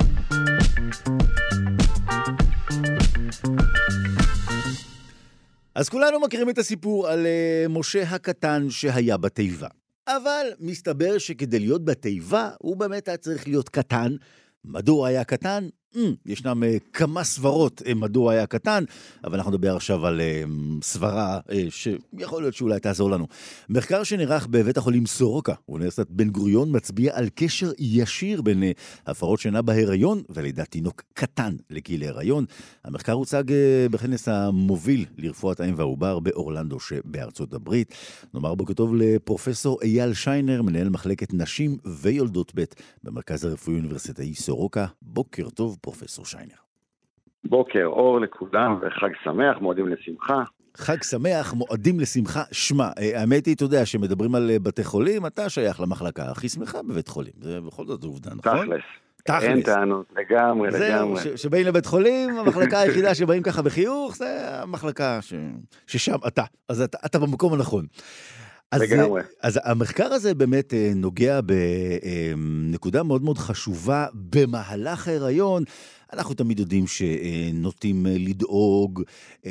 אז כולנו מכירים את הסיפור על משה הקטן שהיה בתיבה. אבל מסתבר שכדי להיות בתיבה, הוא באמת היה צריך להיות קטן. מדוע היה קטן? Mm, ישנם uh, כמה סברות uh, מדוע היה קטן, אבל אנחנו נדבר עכשיו על uh, סברה uh, שיכול להיות שאולי תעזור לנו. מחקר שנערך בבית החולים סורוקה, אוניברסיטת בן גוריון, מצביע על קשר ישיר בין uh, הפרות שינה בהיריון ולידת תינוק קטן לגיל ההיריון. המחקר הוצג uh, בכנס המוביל לרפואת האם והעובר באורלנדו שבארצות הברית. נאמר בוקר טוב לפרופסור אייל שיינר, מנהל מחלקת נשים ויולדות ב' במרכז הרפואי אוניברסיטאי סורוקה. בוקר טוב פרופסור שיינר. בוקר אור לכולם וחג שמח, מועדים לשמחה. חג שמח, מועדים לשמחה. שמע, האמת היא, אתה יודע, שמדברים על בתי חולים, אתה שייך למחלקה הכי שמחה בבית חולים. זה בכל זאת עובדה, נכון? תכלס. תכלס. אין טענות, לגמרי, לגמרי. זהו, שבאים לבית חולים, המחלקה היחידה שבאים ככה בחיוך, זה המחלקה ששם אתה. אז אתה במקום הנכון. אז, אז המחקר הזה באמת נוגע בנקודה מאוד מאוד חשובה במהלך ההיריון. אנחנו תמיד יודעים שנוטים לדאוג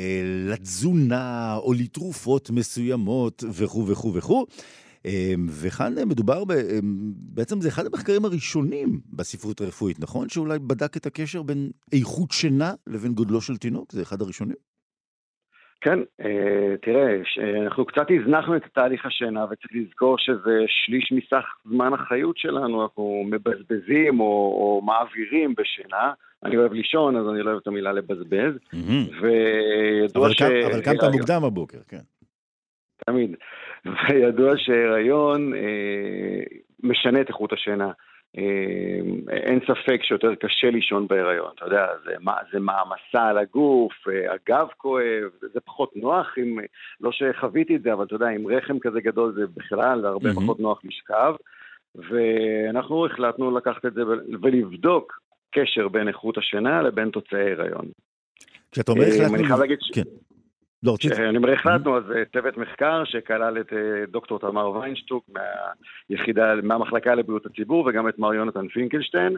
לתזונה או לתרופות מסוימות וכו' וכו' וכו'. וכאן מדובר, בעצם זה אחד המחקרים הראשונים בספרות הרפואית, נכון? שאולי בדק את הקשר בין איכות שינה לבין גודלו של תינוק, זה אחד הראשונים? כן, תראה, אנחנו קצת הזנחנו את תהליך השינה, וצריך לזכור שזה שליש מסך זמן החיות שלנו, אנחנו מבזבזים או, או מעבירים בשינה. אני אוהב לישון, אז אני לא אוהב את המילה לבזבז. וידוע אבל, ש... אבל קמת מוקדם הבוקר, כן. תמיד. וידוע שהיריון אה, משנה את איכות השינה. אין ספק שיותר קשה לישון בהיריון, אתה יודע, זה, זה מעמסה על הגוף, הגב כואב, זה פחות נוח, אם, לא שחוויתי את זה, אבל אתה יודע, עם רחם כזה גדול זה בכלל, הרבה mm-hmm. פחות נוח לשכב, ואנחנו החלטנו לקחת את זה ולבדוק קשר בין איכות השינה לבין תוצאי ההיריון. כשאתה אומר החלטנו... אני חייב להגיד ש... כן. אני אומר החלטנו, אז צוות מחקר שכלל את דוקטור תמר ויינשטוק מהיחידה, מהמחלקה לבריאות הציבור, וגם את מר יונתן פינקלשטיין,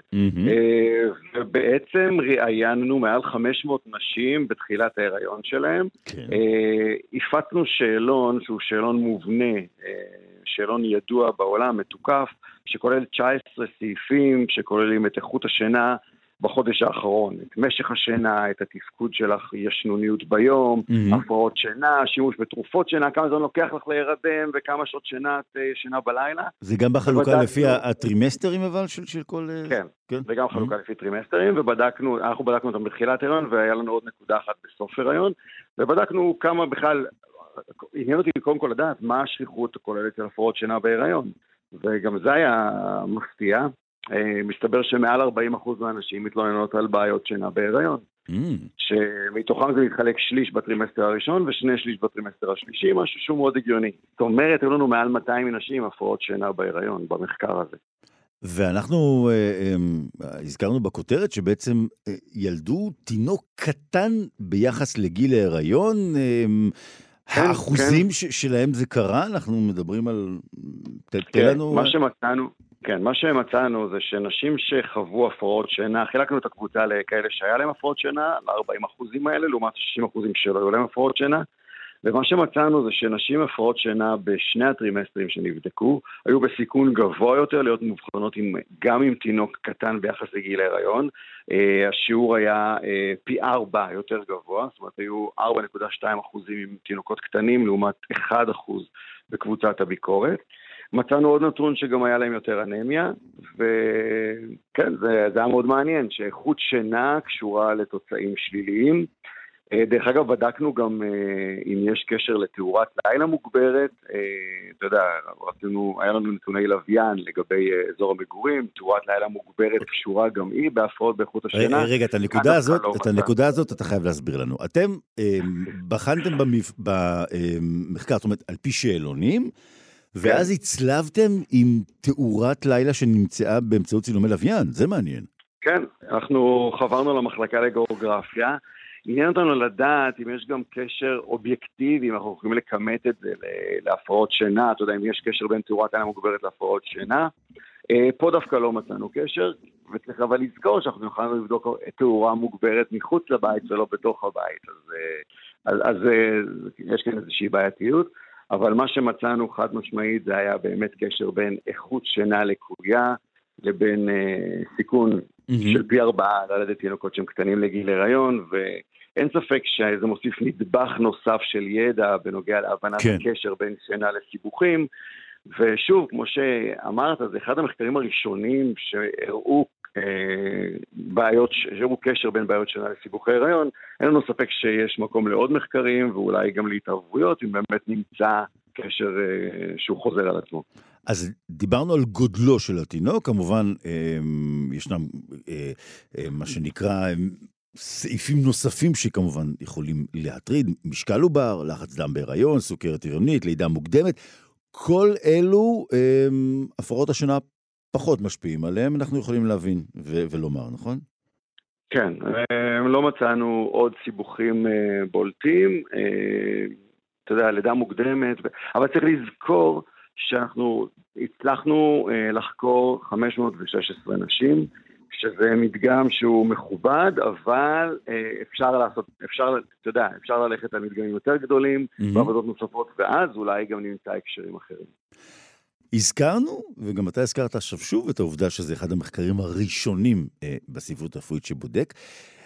ובעצם ראיינו מעל חמש מאות נשים בתחילת ההיריון שלהם. הפצנו שאלון שהוא שאלון מובנה, שאלון ידוע בעולם, מתוקף, שכולל תשע עשרה סעיפים, שכוללים את איכות השינה, בחודש האחרון, את משך השינה, את התפקוד שלך, ישנוניות ביום, mm-hmm. הפרעות שינה, שימוש בתרופות שינה, כמה זמן לוקח לך להירדם, וכמה שעות שינה, שינה בלילה. זה גם בחלוקה ובדקנו... לפי הטרימסטרים אבל של, של כל... כן, כן? זה גם חלוקה mm-hmm. לפי טרימסטרים, ובדקנו, אנחנו בדקנו אותם בתחילת הריון, והיה לנו עוד נקודה אחת בסוף הריון, ובדקנו כמה בכלל, עניין אותי קודם כל לדעת, מה השכיחות הכוללת של הפרעות שינה בהיריון, וגם זה היה מפתיע. מסתבר שמעל ארבעים אחוז מהאנשים מתלוננות על בעיות שינה בהיריון. שמתוכם זה מתחלק שליש בטרימסטר הראשון ושני שליש בטרימסטר השלישי, משהו שהוא מאוד הגיוני. זאת אומרת, היו לנו מעל מאתיים נשים הפרעות שינה בהיריון במחקר הזה. ואנחנו אה, אה, הזכרנו בכותרת שבעצם אה, ילדו תינוק קטן ביחס לגיל ההיריון, אה, כן, האחוזים כן. ש- שלהם זה קרה, אנחנו מדברים על... כן, תלנו... מה שמצאנו, כן, מה שמצאנו זה שנשים שחוו הפרעות שינה, חילקנו את הקבוצה לכאלה שהיה להם הפרעות שינה, ל-ארבעים אחוזים האלה, לעומת שישים אחוזים שלא היו להם הפרעות שינה, ומה שמצאנו זה שנשים הפרעות שינה בשני הטרימסטרים שנבדקו, היו בסיכון גבוה יותר להיות מובחנות עם, גם עם תינוק קטן ביחס לגיל ההיריון. אה, השיעור היה אה, פי ארבע יותר גבוה, זאת אומרת היו ארבע נקודה שתיים אחוזים עם תינוקות קטנים, לעומת אחד אחוז בקבוצת הביקורת. מצאנו עוד נתון שגם היה להם יותר אנמיה, וכן, זה, זה היה מאוד מעניין, שאיכות שינה קשורה לתוצאים שליליים. דרך אגב, בדקנו גם אם יש קשר לתאורת לילה מוגברת, אתה יודע, רצינו, היה לנו נתוני לוויין לגבי אזור המגורים, תאורת לילה מוגברת קשורה גם היא בהפרעות באיכות השינה. רגע, את הנקודה הזאת, את הנקודה הזאת אתה חייב להסביר לנו. אתם בחנתם במחקר, זאת אומרת, על פי שאלונים, ואז הצלבתם עם תאורת לילה שנמצאה באמצעות צילומי לוויין, זה מעניין. כן, אנחנו חברנו למחלקה לגיאוגרפיה, עניין אותנו לדעת אם יש גם קשר אובייקטיבי, אם אנחנו יכולים לכמת את זה להפרעות שינה, אתה יודע, אם יש קשר בין תאורת לילה מוגברת להפרעות שינה. פה דווקא לא מצאנו קשר, וצריך אבל לזכור שאנחנו יכולנו לבדוק תאורה מוגברת מחוץ לבית ולא בתוך הבית, אז, אז, אז יש כאן איזושהי בעייתיות, אבל מה שמצאנו חד משמעית זה היה באמת קשר בין איכות שינה לקויה, לבין אה, סיכון mm-hmm. של פי ארבעה ללדת תינוקות שהם קטנים לגיל הריון, ואין ספק שזה מוסיף נדבך נוסף של ידע בנוגע להבנת כן. הקשר בין שינה לסיבוכים, ושוב, כמו שאמרת, זה אחד המחקרים הראשונים שהראו אה, בעיות, שהראו קשר בין בעיות שינה לסיבוכי הריון. אין לנו ספק שיש מקום לעוד מחקרים, ואולי גם להתערבויות, אם באמת נמצא קשר אה, שהוא חוזר על עצמו. אז דיברנו על גודלו של התינוק, כמובן אה, ישנם אה, אה, מה שנקרא אה, סעיפים נוספים שכמובן יכולים להטריד, משקל עובר, לחץ דם בהיריון, סוכרת הריונית, לידה מוקדמת, כל אלו אה, הפרעות השינה פחות משפיעים עליהם, אנחנו יכולים להבין ו- ולומר, נכון? כן, אה, לא מצאנו עוד סיבוכים אה, בולטים, אה, אתה יודע, לידה מוקדמת, אבל צריך לזכור שאנחנו הצלחנו אה, לחקור חמש מאות ושש עשרה נשים, שזה מדגם שהוא מכובד, אבל אה, אפשר לעשות, אפשר, אתה יודע, אפשר ללכת על מדגמים יותר גדולים, mm-hmm. בעבודות נוספות, ואז אולי גם נמצא הקשרים אחרים. הזכרנו, וגם אתה הזכרת עכשיו שוב את העובדה שזה אחד המחקרים הראשונים אה, בספרות הרפואית שבודק,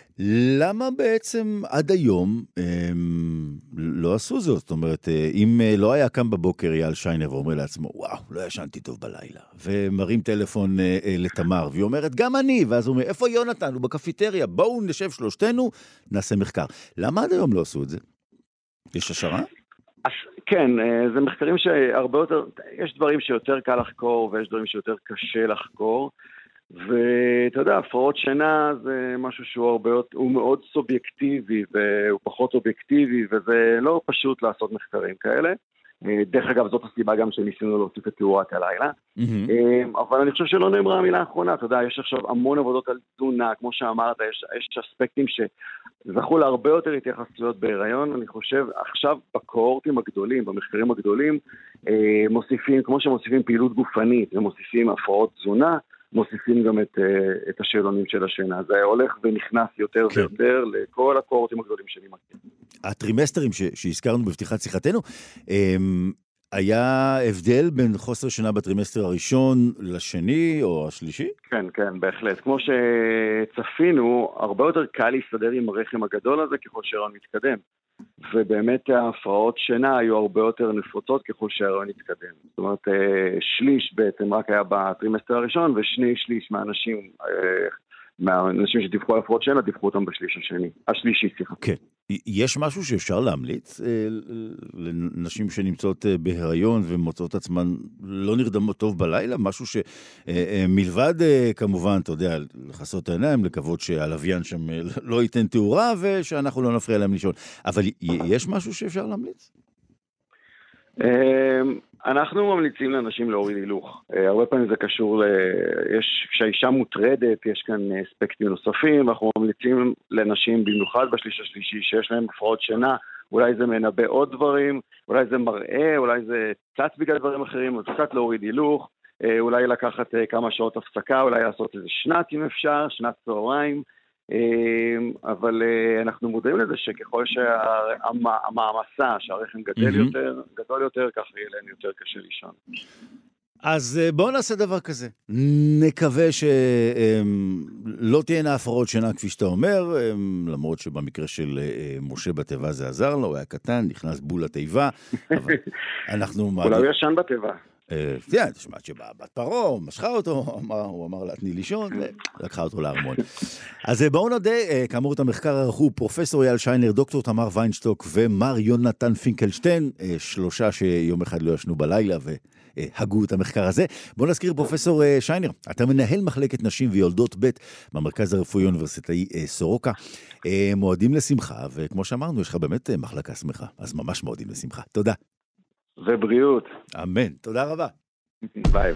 למה בעצם עד היום אה, לא עשו זאת? זאת אומרת, אה, אם אה, לא היה קם בבוקר אייל שיינר ואומר לעצמו, וואו, לא ישנתי טוב בלילה, ומרים טלפון אה, אה, לתמר, והיא אומרת, גם אני, ואז הוא אומר, איפה יונתן? הוא בקפיטריה, בואו נשב שלושתנו, נעשה מחקר. למה עד היום לא עשו את זה? יש השערה? כן, זה מחקרים שהרבה יותר, יש דברים שיותר קל לחקור, ויש דברים שיותר קשה לחקור, ואתה יודע, הפרעות שינה זה משהו שהוא הרבה, הוא מאוד סובייקטיבי, והוא פחות אובייקטיבי, וזה לא פשוט לעשות מחקרים כאלה. דרך אגב, זאת הסיבה גם שניסינו להוסיף את תאורת הלילה. Mm-hmm. אבל אני חושב שלא נאמרה המילה האחרונה, אתה יודע, יש עכשיו המון עבודות על תזונה, כמו שאמרת, יש, יש אספקטים שזכו להרבה יותר התייחסויות בהיריון. אני חושב עכשיו בקוהורטים הגדולים, במחקרים הגדולים, מוסיפים, כמו שמוסיפים פעילות גופנית, ומוסיפים הפרעות תזונה, מוסיפים גם את, את השאלונים של השינה. זה הולך ונכנס יותר כן. ויותר לכל הקוהורטים הגדולים שאני מכיר. הטרימסטרים ש, שהזכרנו בפתיחת שיחתנו, היה הבדל בין חוסר שינה בטרימסטר הראשון לשני או השלישי? כן, כן, בהחלט. כמו שצפינו, הרבה יותר קל להסתדר עם הרחם הגדול הזה ככל שההיריון מתקדם. ובאמת ההפרעות שינה היו הרבה יותר נפוצות ככל שההיריון התקדם. זאת אומרת, שליש בעצם רק היה בטרימסטר הראשון, ושני שליש מהאנשים, מהאנשים שדיווחו על הפרעות שינה, דיווחו אותם בשליש השני. השלישי, סליחה. כן. יש משהו שאפשר להמליץ לנשים שנמצאות בהיריון ומוצאות עצמן לא נרדמות טוב בלילה? משהו שמלבד, כמובן, אתה יודע, לחסות העיניים, לקוות שהלוויין שם לא ייתן תאורה ושאנחנו לא נפריע להם לישון. אבל יש משהו שאפשר להמליץ? אנחנו ממליצים לאנשים להוריד הילוך. הרבה פעמים זה קשור ל... יש, כשהאישה מוטרדת, יש כאן אספקטים נוספים, אנחנו ממליצים לנשים, במיוחד בשליש השלישי, שיש להם הפרעות שינה, אולי זה מנבא עוד דברים, אולי זה מראה, אולי זה קצת בגלל דברים אחרים, אז קצת להוריד הילוך, אולי לקחת כמה שעות הפסקה, אולי לעשות איזה שנת אם אפשר, שנת צהריים, אבל אנחנו מודעים לזה שככל שהמעמסה, שהרחם גדל יותר, גדול יותר, כך יהיה להם יותר קשה לישון. אז בואו נעשה דבר כזה. נקווה שלא תהיינה הפרעות שינה כפי שאתה אומר, למרות שבמקרה של משה בתיבה זה עזר לו, הוא היה קטן, נכנס בול לתיבה, אבל אנחנו... אולי הוא ישן בתיבה. תראה, תשמעת שבת פרעה, משכה אותו, הוא אמר לה, תני לישון, ולקחה אותו לארמון. אז בואו נודה, כאמור את המחקר ערכו פרופסור אייל שיינר, דוקטור תמר ויינשטוק ומר יונתן פינקלשטיין, שלושה שיום אחד לא ישנו בלילה והגו את המחקר הזה. בואו נזכיר פרופסור שיינר, אתה מנהל מחלקת נשים ויולדות ב' במרכז הרפואי האוניברסיטאי סורוקה. מועדים לשמחה, וכמו שאמרנו, יש לך באמת מחלקה שמחה, אז ממש מועדים לשמחה. תודה. ובריאות. אמן. תודה רבה. ביי.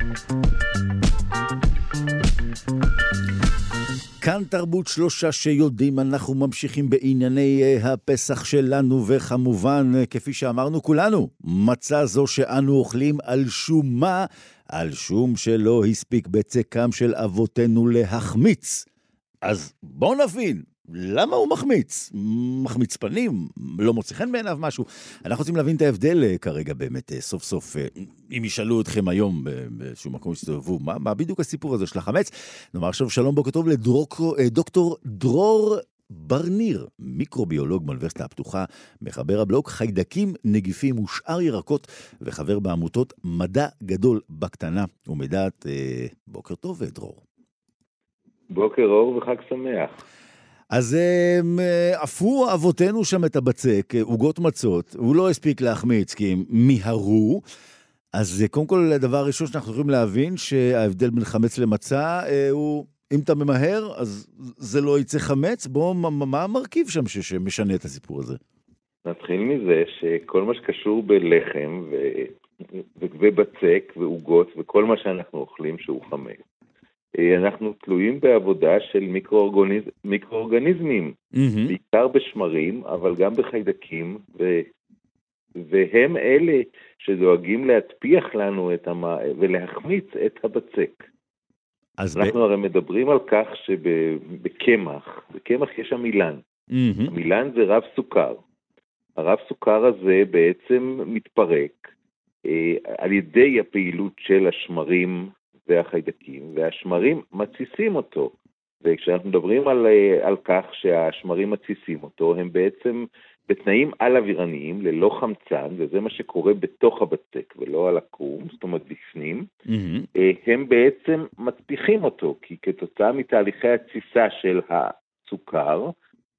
כאן תרבות שלושה שיודעים, אנחנו ממשיכים בענייני הפסח שלנו, וכמובן, כפי שאמרנו כולנו, מצה זו שאנו אוכלים על שום מה, על שום שלא הספיק בצקם של אבותינו להחמיץ. אז בואו נבין. למה הוא מחמיץ? מחמיץ פנים? לא מוצא חן בעיניו משהו? אנחנו רוצים להבין את ההבדל כרגע באמת, סוף סוף, אם ישאלו אתכם היום באיזשהו מקום שתסתובבו, מה, מה בדיוק הסיפור הזה של החמץ? נאמר עכשיו שלום בוקר טוב לדוקטור דרור ברניר, מיקרוביולוג באוניברסיטה הפתוחה, מחבר הבלוג חיידקים, נגיפים ושאר ירקות, וחבר בעמותות מדע גדול בקטנה. ומדעת, בוקר טוב דרור. בוקר אור וחג שמח. אז אפו אבותינו שם את הבצק, עוגות מצות, הוא לא הספיק להחמיץ כי הם מיהרו, אז קודם כל הדבר הראשון שאנחנו יכולים להבין שההבדל בין חמץ למצה הוא, אם אתה ממהר, אז זה לא יצא חמץ, בוא, מה המרכיב שם שמשנה את הסיפור הזה? נתחיל מזה שכל מה שקשור בלחם ובצק ועוגות וכל מה שאנחנו אוכלים שהוא חמץ, אנחנו תלויים בעבודה של מיקרואורגניז... מיקרואורגניזמים, mm-hmm. בעיקר בשמרים, אבל גם בחיידקים, ו... והם אלה שדואגים להטפיח לנו את המ... ולהחמיץ את הבצק. אנחנו ב... הרי מדברים על כך שבקמח, בקמח יש המילן. Mm-hmm. המילן זה רב סוכר. הרב סוכר הזה בעצם מתפרק אה, על ידי הפעילות של השמרים, והחיידקים, והשמרים מתסיסים אותו, וכשאנחנו מדברים על, על כך שהשמרים מתסיסים אותו, הם בעצם בתנאים על-אווירניים, ללא חמצן, וזה מה שקורה בתוך הבצק, ולא על הקרום, זאת אומרת בפנים, mm-hmm. הם בעצם מצפיחים אותו, כי כתוצאה מתהליכי התסיסה של הסוכר,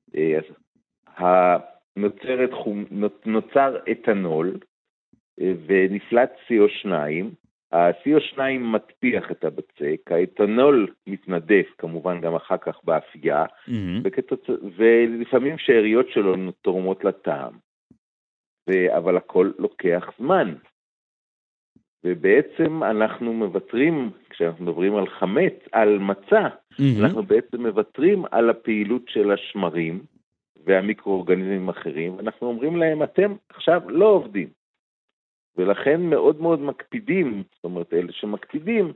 נוצרת, נוצר אתנול, ונפלט סי או שתיים, ה-סי או שתיים מטפיח את הבצק, האתנול מתנדף כמובן גם אחר כך באפייה, mm-hmm. וכתוצ... ולפעמים שאריות שלו תורמות לטעם, ו... אבל הכל לוקח זמן. ובעצם אנחנו מבטרים, כשאנחנו מדברים על חמץ, על מצה, mm-hmm. אנחנו בעצם מבטרים על הפעילות של השמרים והמיקרואורגניזמים האחרים, אנחנו אומרים להם, אתם עכשיו לא עובדים. ולכן מאוד מאוד מקפידים, זאת אומרת, אלה שמקפידים,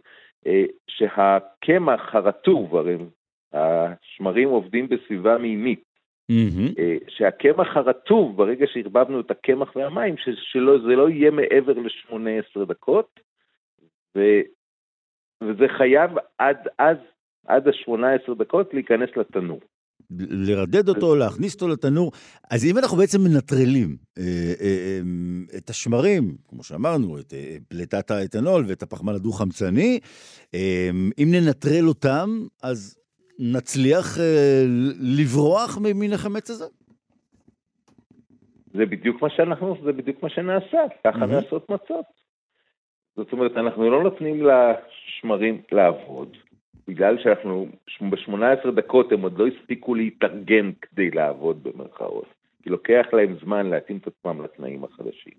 שהקמח הרטוב, הרי השמרים עובדים בסביבה מימית, mm-hmm. שהקמח הרטוב, ברגע שהרבבנו את הקמח והמים, שלא, זה לא יהיה מעבר ל-שמונה עשרה דקות, ו, וזה חייב עד, אז, עד ה-שמונה עשרה דקות להיכנס לתנור. לרדד אותו, להכניס אותו לתנור. אז אם אנחנו בעצם מנטרלים אה, אה, את השמרים, כמו שאמרנו, את אה, פלטת האתנול ואת הפחמן הדו-חמצני, אה, אם ננטרל אותם, אז נצליח אה, לברוח מן החמץ הזה? זה בדיוק מה שאנחנו, זה בדיוק מה שנעשה, ככה נעשות מצות. זאת אומרת, אנחנו לא נותנים לשמרים לעבוד, בגלל שאנחנו, ב-שמונה עשרה דקות הם עוד לא הספיקו להתארגן כדי לעבוד במרכאות, כי לוקח להם זמן להתאים את עצמם לתנאים החדשים.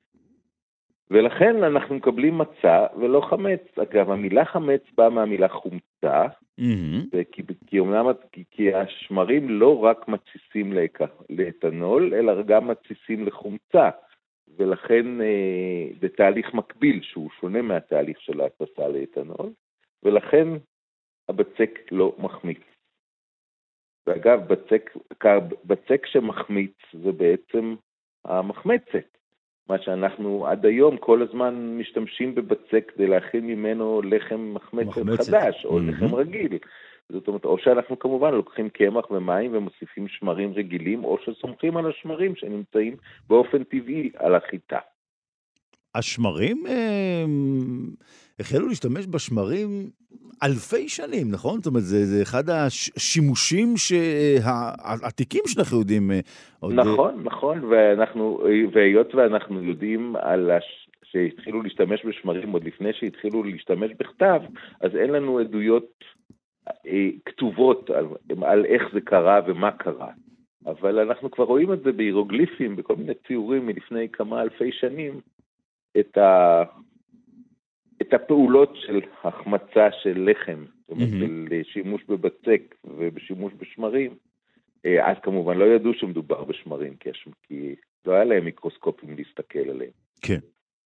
ולכן אנחנו מקבלים מצה ולא חמץ. אגב, המילה חמץ באה מהמילה חומצה, כי, כי, אומנם, כי, כי השמרים לא רק מתסיסים לאתנול, אלא גם מתסיסים לחומצה. ולכן אה, זה תהליך מקביל שהוא שונה מהתהליך של ההתססה לאתנול, ולכן הבצק לא מחמיץ. ואגב, בצק, בצק שמחמיץ זה בעצם המחמצת. מה שאנחנו עד היום כל הזמן משתמשים בבצק כדי להכין ממנו לחם מחמצת, מחמצת. חדש, או mm-hmm. לחם רגיל. זאת אומרת, או שאנחנו כמובן לוקחים קמח ומים ומוסיפים שמרים רגילים, או שסומכים על השמרים שנמצאים באופן טבעי על החיטה. השמרים, אה, החלו להשתמש בשמרים אלפי שנים, נכון? זאת אומרת, זה, זה אחד השימושים העתיקים שאנחנו יודעים. עוד... נכון, נכון, ואנחנו, והיות ואנחנו יודעים על הש... שהתחילו להשתמש בשמרים עוד לפני שהתחילו להשתמש בכתב, אז אין לנו עדויות כתובות על, על איך זה קרה ומה קרה. אבל אנחנו כבר רואים את זה בהירוגליפים, בכל מיני ציורים מלפני כמה אלפי שנים, את, ה, את הפעולות של החמצה של לחם, זאת אומרת, mm-hmm. של שימוש בבצק ובשימוש בשמרים. אז כמובן לא ידעו שמדובר בשמרים, כי לא היה להם מיקרוסקופים להסתכל עליהם. כן.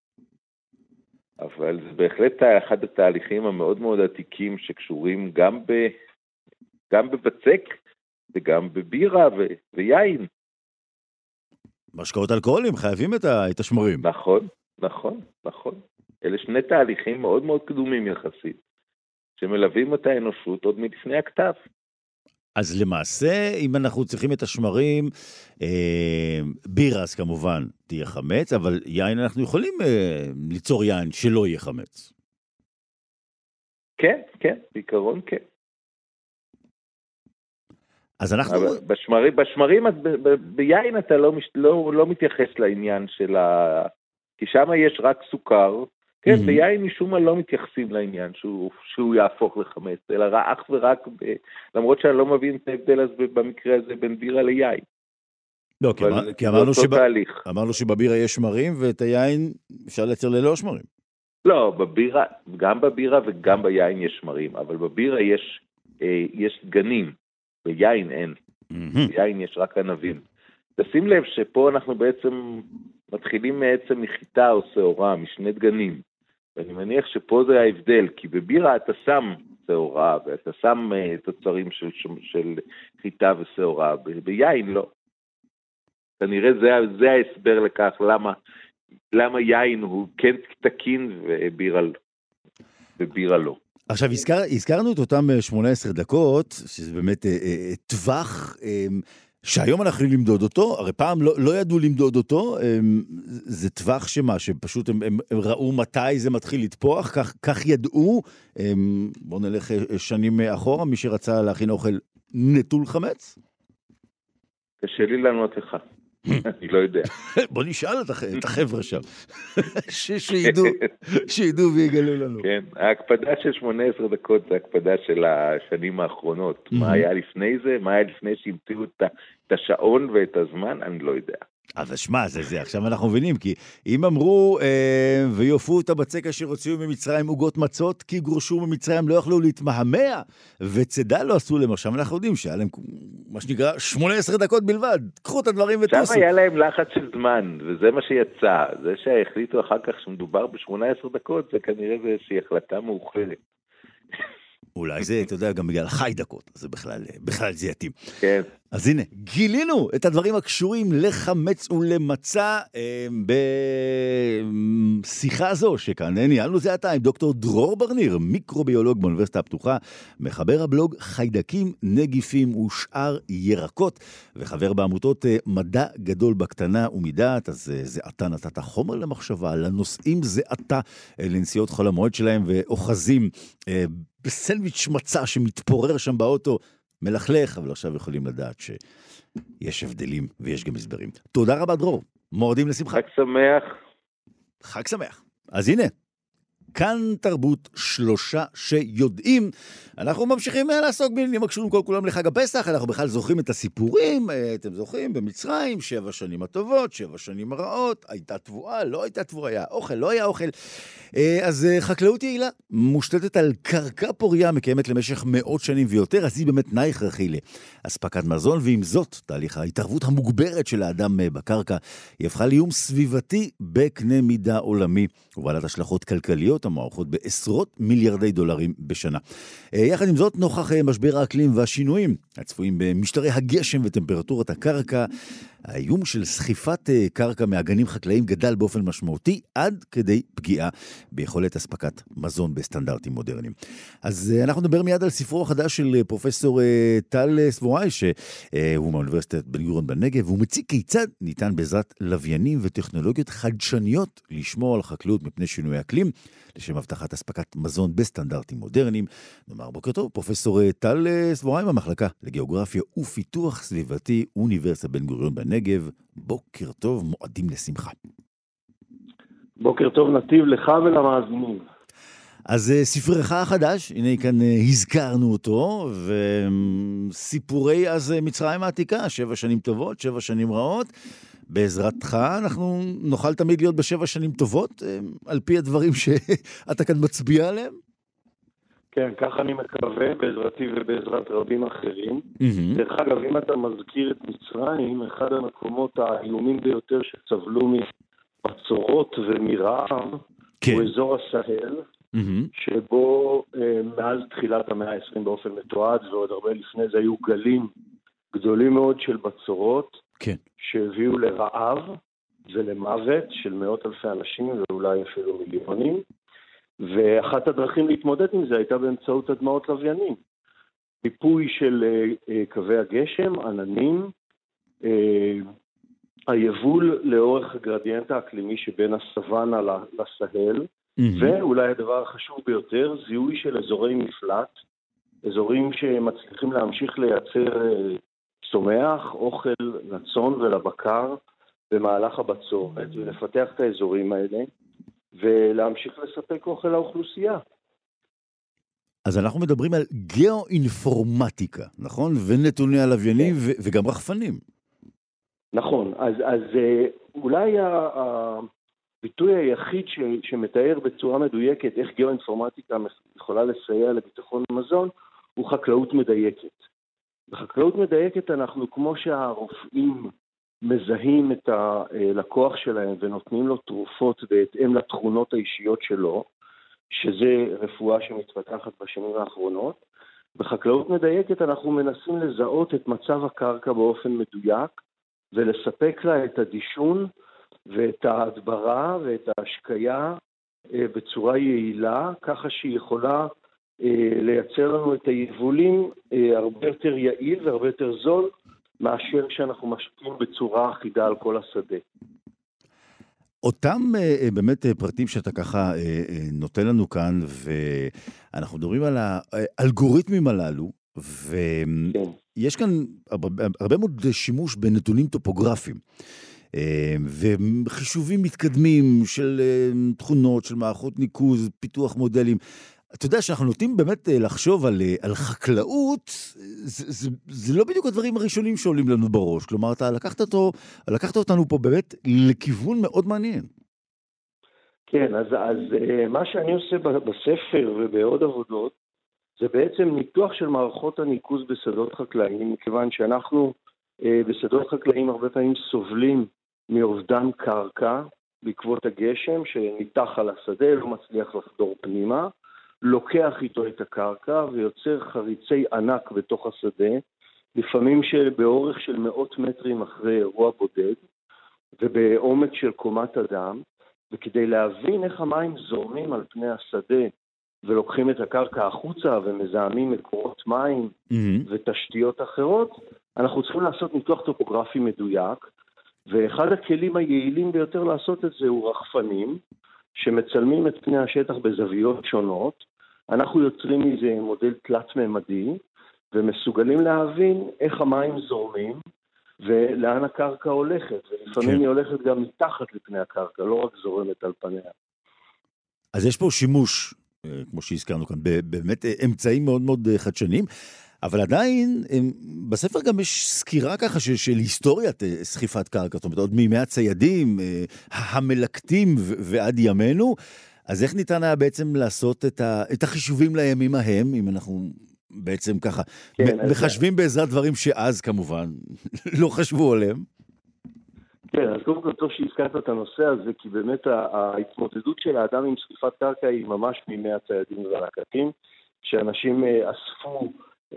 אבל זה בהחלט אחד התהליכים המאוד מאוד עתיקים שקשורים גם, ב, גם בבצק וגם בבירה ו, ויין. משקאות אלכוהולים חייבים את, ה, את השמרים. נכון, נכון, נכון. אלה שני תהליכים מאוד מאוד קדומים יחסית, שמלווים את האנושות עוד מלפני הכתב. אז למעשה, אם אנחנו צריכים את השמרים, אה, בירה אז כמובן תהיה חמץ, אבל יין אנחנו יכולים אה, ליצור יין שלא יהיה חמץ. כן, כן, בעיקרון כן. אז אנחנו... בשמרים, בשמרים ב, ב, ביין אתה לא, לא, לא מתייחס לעניין של ה... כי שם יש רק סוכר, כן, mm-hmm. ביין משום מה לא מתייחסים לעניין שהוא, שהוא יהפוך לחמץ, אלא אך ורק, ב... למרות שאני לא מבין את ההבדל אז במקרה הזה בין בירה ליין. לא, כי, אמר, כי אמרנו, שב... אמרנו שבבירה יש שמרים, ואת היין אפשר לייצר ללא שמרים. לא, בבירה, גם בבירה וגם ביין יש שמרים, אבל בבירה יש, אה, יש דגנים, ביין אין. Mm-hmm. ביין יש רק ענבים. תשים לב שפה אנחנו בעצם מתחילים מעצם מחיטה או שעורה, משני דגנים. ואני מניח שפה זה ההבדל, כי בבירה אתה שם שעורה, ואתה שם uh, תוצרים של, של חיטה ושעורה, ב- ביין לא. כנראה זה, זה ההסבר לכך למה, למה יין הוא כן תקין ובירה, ובירה לא. עכשיו, הזכר, הזכרנו את אותם שמונה עשרה דקות, שזה באמת אה, אה, טווח... אה, שהיום אנחנו למדוד אותו, הרי פעם לא, לא ידעו למדוד אותו, הם, זה טווח שמה, שפשוט הם, הם, הם ראו מתי זה מתחיל לתפוח, כך, כך ידעו, הם, בואו נלך שנים אחורה, מי שרצה להכין אוכל נטול חמץ? קשה לי לענות לך, אני לא יודע. בוא נשאל את החבר'ה שם, שידעו, שידעו ויגלו לנו. כן, ההקפדה של שמונה עשרה דקות זה הקפדה של השנים האחרונות. מה היה לפני זה? מה היה לפני שהמציאו את השעון ואת הזמן? אני לא יודע. אבל שמה, זה זה, עכשיו אנחנו מבינים, כי אם אמרו אה, ויופו את הבצק אשר הוציאו ממצרים עוגות מצות, כי גורשו ממצרים לא יכלו להתמהמה, וצדה לא עשו להם. עכשיו אנחנו יודעים שהיה להם, מה שנקרא, שמונה עשרה דקות בלבד, קחו את הדברים וטוסו. עכשיו היה להם לחץ של זמן, וזה מה שיצא. זה שהחליטו אחר כך שמדובר ב-שמונה עשרה דקות, זה כנראה זה איזושהי החלטה מאוחרת. אולי זה, אתה יודע, גם בגלל חי דקות, זה בכלל, בכלל זה יתאים. כן. אז הנה, גילינו את הדברים הקשורים לחמץ ולמצה אה, בשיחה זו, שכאן ניהלנו זה עתה עם דוקטור דרור ברניר, מיקרוביולוג באוניברסיטה הפתוחה, מחבר הבלוג חיידקים, נגיפים ושאר ירקות, וחבר בעמותות אה, מדע גדול בקטנה ומידעת, אז אה, זה עתה נתת חומר למחשבה, לנושאים זה עתה, אה, לנסיעות חול המועד שלהם, ואוחזים אה, בסנדוויץ' מצה שמתפורר שם באוטו, מלכלך, אבל עכשיו יכולים לדעת שיש הבדלים ויש גם הסברים. תודה רבה דרור, מועדים לשמחה. חג שמח. חג שמח. אז הנה, כאן תרבות שלושה שיודעים. אנחנו ממשיכים לעסוק בעניינים הקשורים כל כולם לחג הפסח. אנחנו בכלל זוכרים את הסיפורים, אתם זוכרים, במצרים, שבע שנים הטובות, שבע שנים הרעות, הייתה תבואה, לא הייתה תבואה, היה אוכל, לא היה אוכל. אז חקלאות יעילה, מושתתת על קרקע פוריה, מקיימת למשך מאות שנים ויותר, אז היא באמת תנאי הכרחי לאספקת מזון, ועם זאת, תהליך ההתערבות המוגברת של האדם בקרקע, היא הפכה לאיום סביבתי בקנה מידה עולמי, ובעלת השלכות כלכליות המוערכות בעשרות מיליארדי דולרים בשנה. יחד עם זאת, נוכח משבר האקלים והשינויים הצפויים במשטרי הגשם וטמפרטורת הקרקע, האיום של סחיפת קרקע מאגנים חקלאיים גדל באופן משמעותי עד כדי פגיעה ביכולת אספקת מזון בסטנדרטים מודרניים. אז אנחנו נדבר מיד על ספרו החדש של פרופסור טל סבוראי, שהוא מאוניברסיטת בן גוריון בנגב, והוא מציג כיצד ניתן בעזרת לוויינים וטכנולוגיות חדשניות לשמור על חקלאות מפני שינוי אקלים, לשם הבטחת אספקת מזון בסטנדרטים מודרניים. נאמר בוקר טוב, פרופסור טל סבוראי מהמחלקה לגיאוגרפיה ופיתוח סביבתי, אוניברסיטת בן גוריון בנגב. בוקר טוב, מועדים לשמחה. בוקר טוב נתיב לך ולמאזינים. אז ספרך החדש, הנה כאן הזכרנו אותו, וסיפורי אז מצרים העתיקה, שבע שנים טובות, שבע שנים רעות. בעזרתך אנחנו נוכל תמיד להיות בשבע שנים טובות, על פי הדברים שאתה כאן מצביע עליהם? כן, כך אני מקווה, בעזרתי ובעזרת רבים אחרים. דרך אגב, אם אתה מזכיר את מצרים, אחד המקומות האיומים ביותר שסבלו מבצורות ומרעב, הוא אזור הסהל, שבו מאז תחילת המאה ה-עשרים באופן מתועד, ועוד הרבה לפני זה היו גלים גדולים מאוד של בצורות, כן. שהביאו לרעב ולמוות של מאות אלפי אנשים ואולי אפילו מיליונים, ואחת הדרכים להתמודד עם זה הייתה באמצעות הדמעות לוויינים. פיפוי של קווי הגשם, עננים, היבול לאורך הגרדיאנט האקלימי שבין הסוואנה לסהל, mm-hmm. ואולי הדבר החשוב ביותר, זיהוי של אזורי מפלט, אזורים שמצליחים להמשיך לייצר צומח, אוכל לצאן ולבקר במהלך הבצורת, ולפתח את האזורים האלה, ולהמשיך לספק אוכל לאוכלוסייה. אז אנחנו מדברים על גיאו-אינפורמטיקה, נכון? ונתוני הלוויינים ו- וגם רחפנים. נכון, אז, אז אולי הביטוי היחיד ש, שמתאר בצורה מדויקת איך גיאו-אינפורמטיקה יכולה לסייע לביטחון מזון, הוא חקלאות מדייקת. בחקלאות מדייקת אנחנו, כמו שהרופאים מזהים את הלקוח שלהם ונותנים לו תרופות בהתאם לתכונות האישיות שלו, שזה רפואה שמתפתחת בשנים האחרונות, בחקלאות מדייקת אנחנו מנסים לזהות את מצב הקרקע באופן מדויק, ולספק לה את הדישון ואת ההדברה ואת ההשקיה בצורה יעילה, ככה שהיא יכולה לייצר לנו את היבולים הרבה יותר יעיל והרבה יותר זול, מאשר שאנחנו משקיעים בצורה אחידה על כל השדה. אותם באמת פרטים שאתה ככה נותן לנו כאן, ואנחנו מדברים על האלגוריתמים הללו, ויש כאן הרבה מאוד שימוש בנתונים טופוגרפיים, וחישובים מתקדמים של תכונות, של מערכות ניקוז, פיתוח מודלים. אתה יודע שאנחנו נוטים באמת לחשוב על, על חקלאות, זה, זה, זה לא בדיוק הדברים הראשונים שעולים לנו בראש. כלומר, אתה לקחת אותו, לקחת אותנו פה באמת לכיוון מאוד מעניין. כן, אז, אז מה שאני עושה בספר ובעוד עבודות, זה בעצם ניתוח של מערכות הניקוז בשדות חקלאיים, מכיוון שאנחנו בשדות חקלאיים הרבה פעמים סובלים מאובדן קרקע, בעקבות הגשם שניתח על השדה, לא מצליח לחדור פנימה, לוקח איתו את הקרקע ויוצר חריצי ענק בתוך השדה, לפעמים באורך של מאות מטרים אחרי אירוע בודד, ובעומק של קומת אדם, וכדי להבין איך המים זורמים על פני השדה, ולוקחים את הקרקע החוצה ומזהמים מקורות מים mm-hmm. ותשתיות אחרות, אנחנו צריכים לעשות ניתוח טופוגרפי מדויק, ואחד הכלים היעילים ביותר לעשות את זה הוא רחפנים, שמצלמים את פני השטח בזוויות שונות. אנחנו יוצרים מזה מודל תלת-ממדי, ומסוגלים להבין איך המים זורמים ולאן הקרקע הולכת, ולפעמים כן. היא הולכת גם מתחת לפני הקרקע, לא רק זורמת על פניה. אז יש פה שימוש, כמו שהזכרנו כאן, באמת אמצעים מאוד מאוד חדשניים, אבל עדיין, בספר גם יש סקירה ככה של, של היסטוריית סחיפת קרקע, זאת אומרת, עוד מימי הציידים, המלקטים ועד ימינו, אז איך ניתן היה בעצם לעשות את, ה, את החישובים לימים ההם, אם אנחנו בעצם ככה, כן, מחשבים זה... בעזרת דברים שאז כמובן לא חשבו עליהם? כן, אז קודם כל טוב שהזכרת את הנושא הזה, כי באמת ההתמודדות של האדם עם סחיפת קרקע היא ממש מימי הציידים והלקטים, שאנשים אספו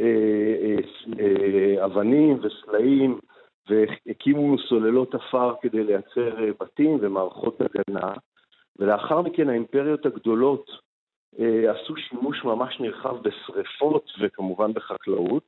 אבנים וסלעים והקימו סוללות אפר כדי לייצר בתים ומערכות הגנה, ולאחר מכן האימפריות הגדולות עשו שימוש ממש נרחב בשריפות וכמובן בחקלאות,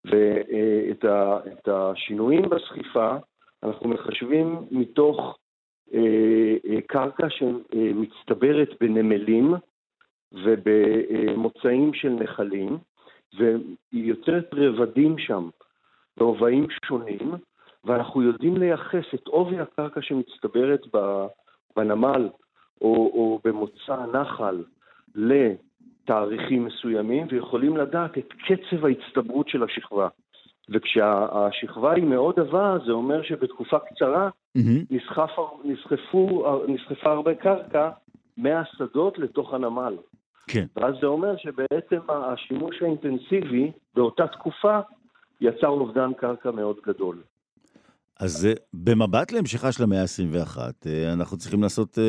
ואת השינויים בסחיפה אנחנו מחשבים מתוך קרקע שמצטברת בנמלים ובמוצאים של נחלים, והיא יוצרת רבדים שם, בהובעים שונים, ואנחנו יודעים לייחס את עובי הקרקע שמצטברת בנמל או, או במוצא הנחל לתאריכים מסוימים, ויכולים לדעת את קצב ההצטברות של השכבה. וכשהשכבה היא מאוד עבה, זה אומר שבתקופה קצרה mm-hmm. נסחף, נסחפו, נסחפה הרבה קרקע מהשדות לתוך הנמל. כן. ואז זה אומר שבעצם השימוש האינטנסיבי באותה תקופה יצר אובדן קרקע מאוד גדול. אז במבט להמשכה של המאה ה-עשרים ואחת, אנחנו צריכים לעשות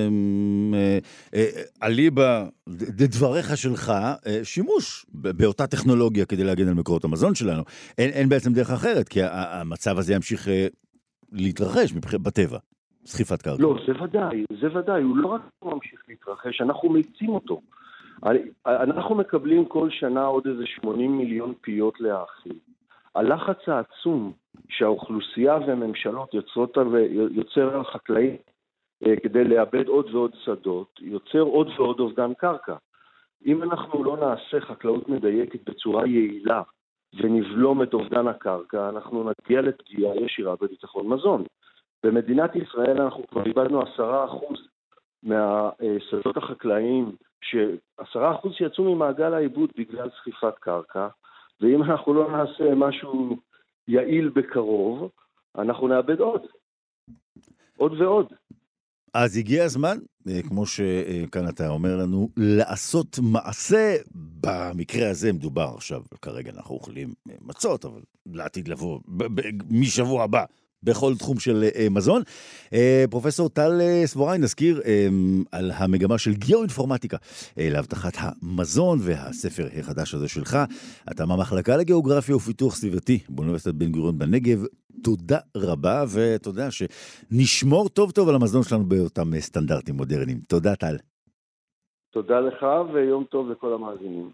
עלי בדבריך שלך שימוש באותה טכנולוגיה כדי להגן על מקורות המזון שלנו. אין, אין בעצם דרך אחרת, כי המצב הזה ימשיך להתרחש בטבע. סחיפת קרקע. לא, זה ודאי, זה ודאי. הוא לא רק ממשיך להתרחש, אנחנו מאיצים אותו. אנחנו מקבלים כל שנה עוד איזה שמונים מיליון פיות להאכיל. הלחץ העצום שהאוכלוסייה והממשלות יוצרות יוצר על חקלאים כדי לאבד עוד ועוד שדות, יוצר עוד ועוד אובדן קרקע. אם אנחנו לא נעשה חקלאות מדייקת בצורה יעילה ונבלום את אובדן הקרקע, אנחנו נגיע לפגיעה ישירה בביטחון מזון. במדינת ישראל אנחנו כבר איבדנו עשרה אחוז מהשדות החקלאיים, שעשרה אחוז שיצאו ממעגל העיבוד בגלל סחיפת קרקע, ואם אנחנו לא נעשה משהו יעיל בקרוב, אנחנו נאבד עוד. עוד ועוד. אז הגיע הזמן, כמו שכאן אתה אומר לנו, לעשות מעשה. במקרה הזה מדובר עכשיו, כרגע אנחנו אוכלים מצות, אבל לעתיד לבוא משבוע הבא, בכל תחום של מזון. פרופסור טל סבוראי, נזכיר על המגמה של גיאו-אינפורמטיקה להבטחת המזון והספר החדש הזה שלך. אתה מהמחלקה לגיאוגרפיה ופיתוח סביבתי באוניברסיטת בן גוריון בנגב. תודה רבה, ותודה שנשמור טוב טוב על המזון שלנו באותם סטנדרטים מודרניים. תודה טל. תודה לך ויום טוב לכל המאזינים.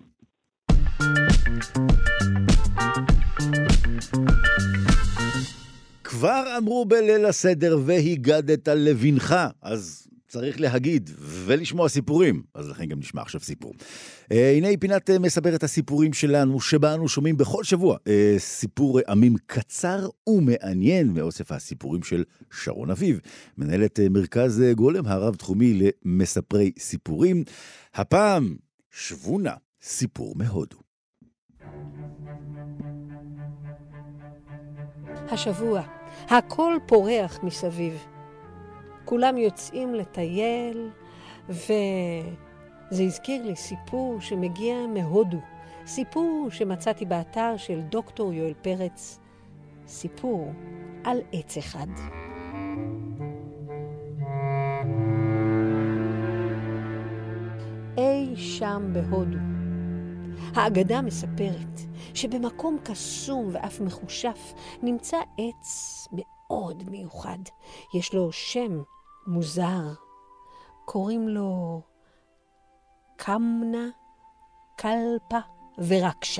כבר אמרו בליל הסדר והיגדת לבנך, אז צריך להגיד ולשמוע סיפורים, אז לכן גם נשמע עכשיו סיפור. הנה פינת מספרת הסיפורים שלנו, שבה אנו שומעים בכל שבוע סיפור עמים קצר ומעניין מאוסף הסיפורים של שרון אביב, מנהלת מרכז גולם הרב תחומי למספרי סיפורים. הפעם שבונה, סיפור מהודו. השבוע, הכל פורח מסביב. כולם יוצאים לטייל, וזה הזכיר לי סיפור שמגיע מהודו. סיפור שמצאתי באתר של דוקטור יואל פרץ. סיפור על עץ אחד. אי שם בהודו. האגדה מספרת שבמקום קסום ואף מחושף נמצא עץ מאוד מיוחד. יש לו שם מוזר. קוראים לו קמנה, קלפה ורקשה.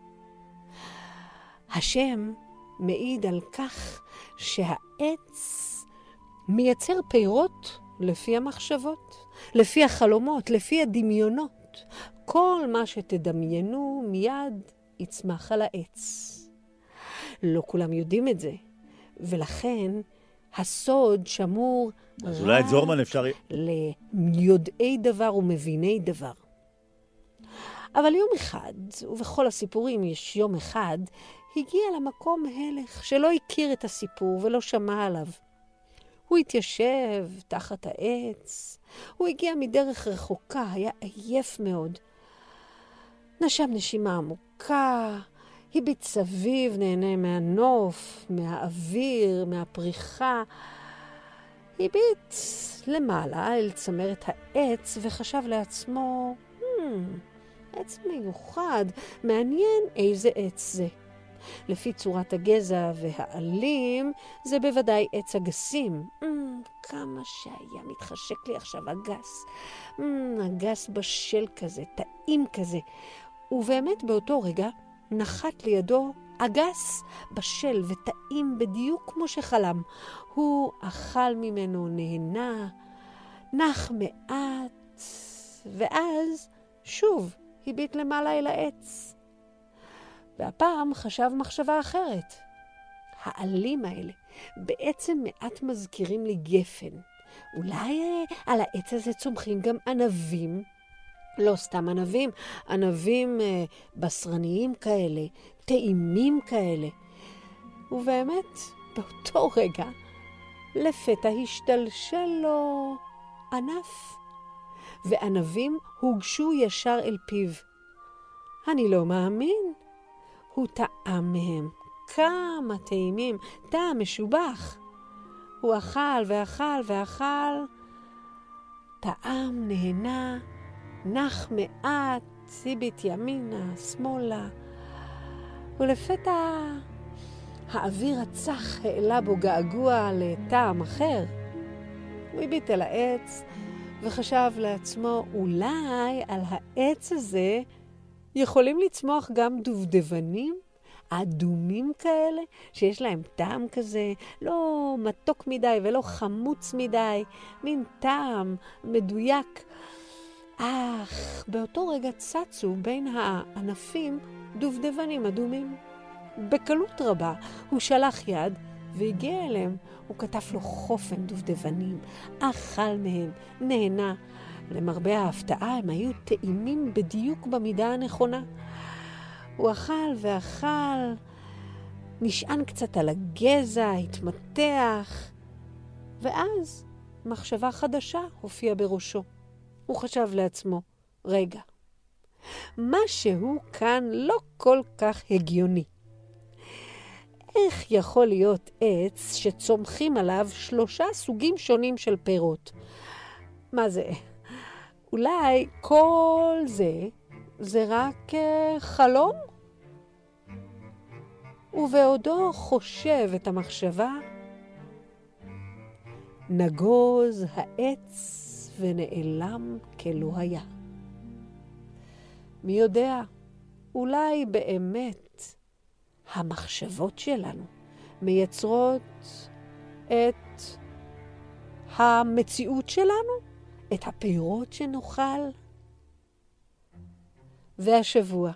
השם מעיד על כך שהעץ מייצר פירות לפי המחשבות, לפי החלומות, לפי הדמיונות. כל מה שתדמיינו מיד יצמח על העץ. לא כולם יודעים את זה, ולכן הסוד שמור אז אולי את זורמן אפשר... ליודעי דבר ומביני דבר. אבל יום אחד, ובכל הסיפורים יש יום אחד, הגיע למקום הלך שלא הכיר את הסיפור ולא שמע עליו. הוא התיישב תחת העץ, הוא הגיע מדרך רחוקה, היה עייף מאוד. נשם נשימה עמוקה, הביט סביב, נהנה מהנוף, מהאוויר, מהפריחה. הביט למעלה אל צמרת העץ וחשב לעצמו, hmm, עץ מיוחד, מעניין איזה עץ זה. לפי צורת הגזע והעלים, זה בוודאי עץ הגסים. Mm, כמה שהיה מתחשק לי עכשיו הגס. Mm, הגס בשל כזה, טעים כזה. ובאמת באותו רגע נחת לידו הגס בשל וטעים בדיוק כמו שחלם. הוא אכל ממנו, נהנה, נח מעט, ואז שוב הביט למעלה אל העץ. והפעם חשב מחשבה אחרת. העלים האלה בעצם מעט מזכירים לי גפן. אולי על העץ הזה צומחים גם ענבים? לא סתם ענבים, ענבים אה, בשרניים כאלה, טעימים כאלה. ובאמת, באותו רגע, לפתע השתלשל לו ענף, וענבים הוגשו ישר אל פיו. אני לא מאמין. הוא טעם מהם, כמה טעימים, טעם משובח. הוא אכל ואכל ואכל, טעם, נהנה, נח מעט, הביט ימינה, שמאלה, ולפתע האוויר הצח העלה בו געגוע לטעם אחר. הוא הביט אל העץ וחשב לעצמו, אולי על העץ הזה יכולים לצמוח גם דובדבנים אדומים כאלה, שיש להם טעם כזה, לא מתוק מדי ולא חמוץ מדי, מין טעם מדויק. אך באותו רגע צצו בין הענפים דובדבנים אדומים. בקלות רבה הוא שלח יד והגיע אליהם. הוא כתב לו חופן דובדבנים, אכל מהם, נהנה. למרבה ההפתעה הם היו טעימים בדיוק במידה הנכונה. הוא אכל ואכל, נשען קצת על הגזע, התמתח, ואז מחשבה חדשה הופיעה בראשו. הוא חשב לעצמו, רגע, משהו כאן לא כל כך הגיוני. איך יכול להיות עץ שצומחים עליו שלושה סוגים שונים של פירות? מה זה? אולי כל זה, זה רק uh, חלום? ובעודו חושב את המחשבה, נגוז העץ ונעלם כלא היה. מי יודע, אולי באמת המחשבות שלנו מייצרות את המציאות שלנו, את הפירות שנאכל. והשבוע,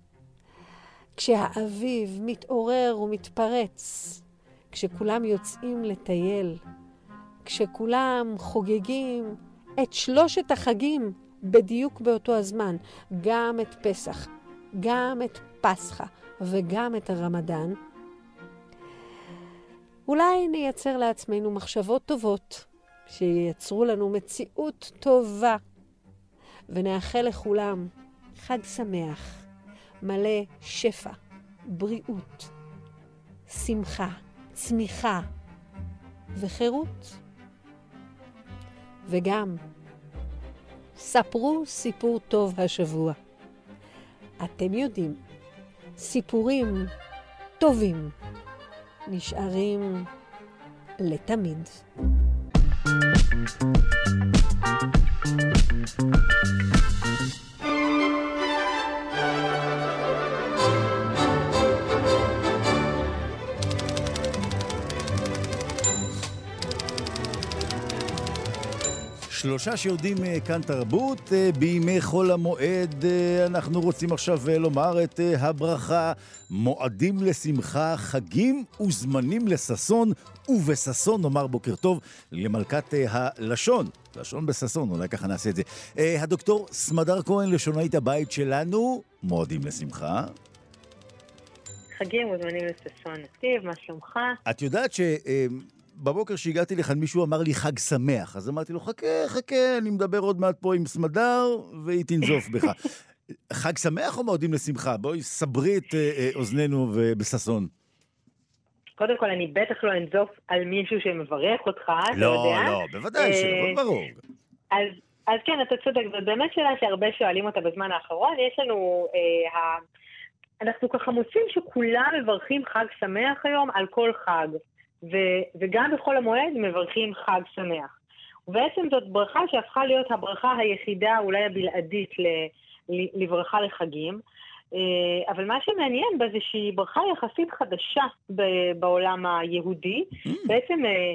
כשהאביב מתעורר ומתפרץ, כשכולם יוצאים לטייל, כשכולם חוגגים את שלושת החגים בדיוק באותו הזמן, גם את פסח, גם את פסחה וגם את הרמדאן, אולי נייצר לעצמנו מחשבות טובות שייצרו לנו מציאות טובה, ונאחל לכולם חג שמח, מלא שפע, בריאות, שמחה, צמיחה וחירות. וגם ספרו סיפור טוב השבוע. אתם יודעים, סיפורים טובים נשארים לתמיד. שלושה שיודעים כאן תרבות, בימי חול המועד אנחנו רוצים עכשיו לומר את הברכה, מועדים לשמחה, חגים וזמנים לששון, ובששון נאמר בוקר טוב למלכת הלשון, לשון בששון, אולי ככה נעשה את זה. הדוקטור סמדר כהן, לשונאית הבית שלנו, מועדים לשמחה. חגים וזמנים לששון. נתיב, מה שלומך? את יודעת ש... בבוקר שהגעתי לכאן מישהו אמר לי חג שמח, אז אמרתי לו חכה, חכה, אני מדבר עוד מעט פה עם סמדר והיא תנזוף בך. חג שמח או מועדים לשמחה? בואי סברי את אוזנינו ובששון. קודם כל אני בטח לא אנזוף על מישהו שמברך אותך, אתה יודע? לא, לא, בוודאי שלא, ברור. אז, אז כן, אתה צודק, זאת באמת שאלה שהרבה שואלים אותה בזמן האחרון, יש לנו, אה, אנחנו ככה מוצאים שכולם מברכים חג שמח היום על כל חג. ו- וגם בכל המועד מברכים חג שמח. ובעצם זאת ברכה שהפכה להיות הברכה היחידה, אולי הבלעדית ל- לברכה לחגים. אבל מה שמעניין בה זה שהיא ברכה יחסית חדשה ב- בעולם היהודי. Mm. בעצם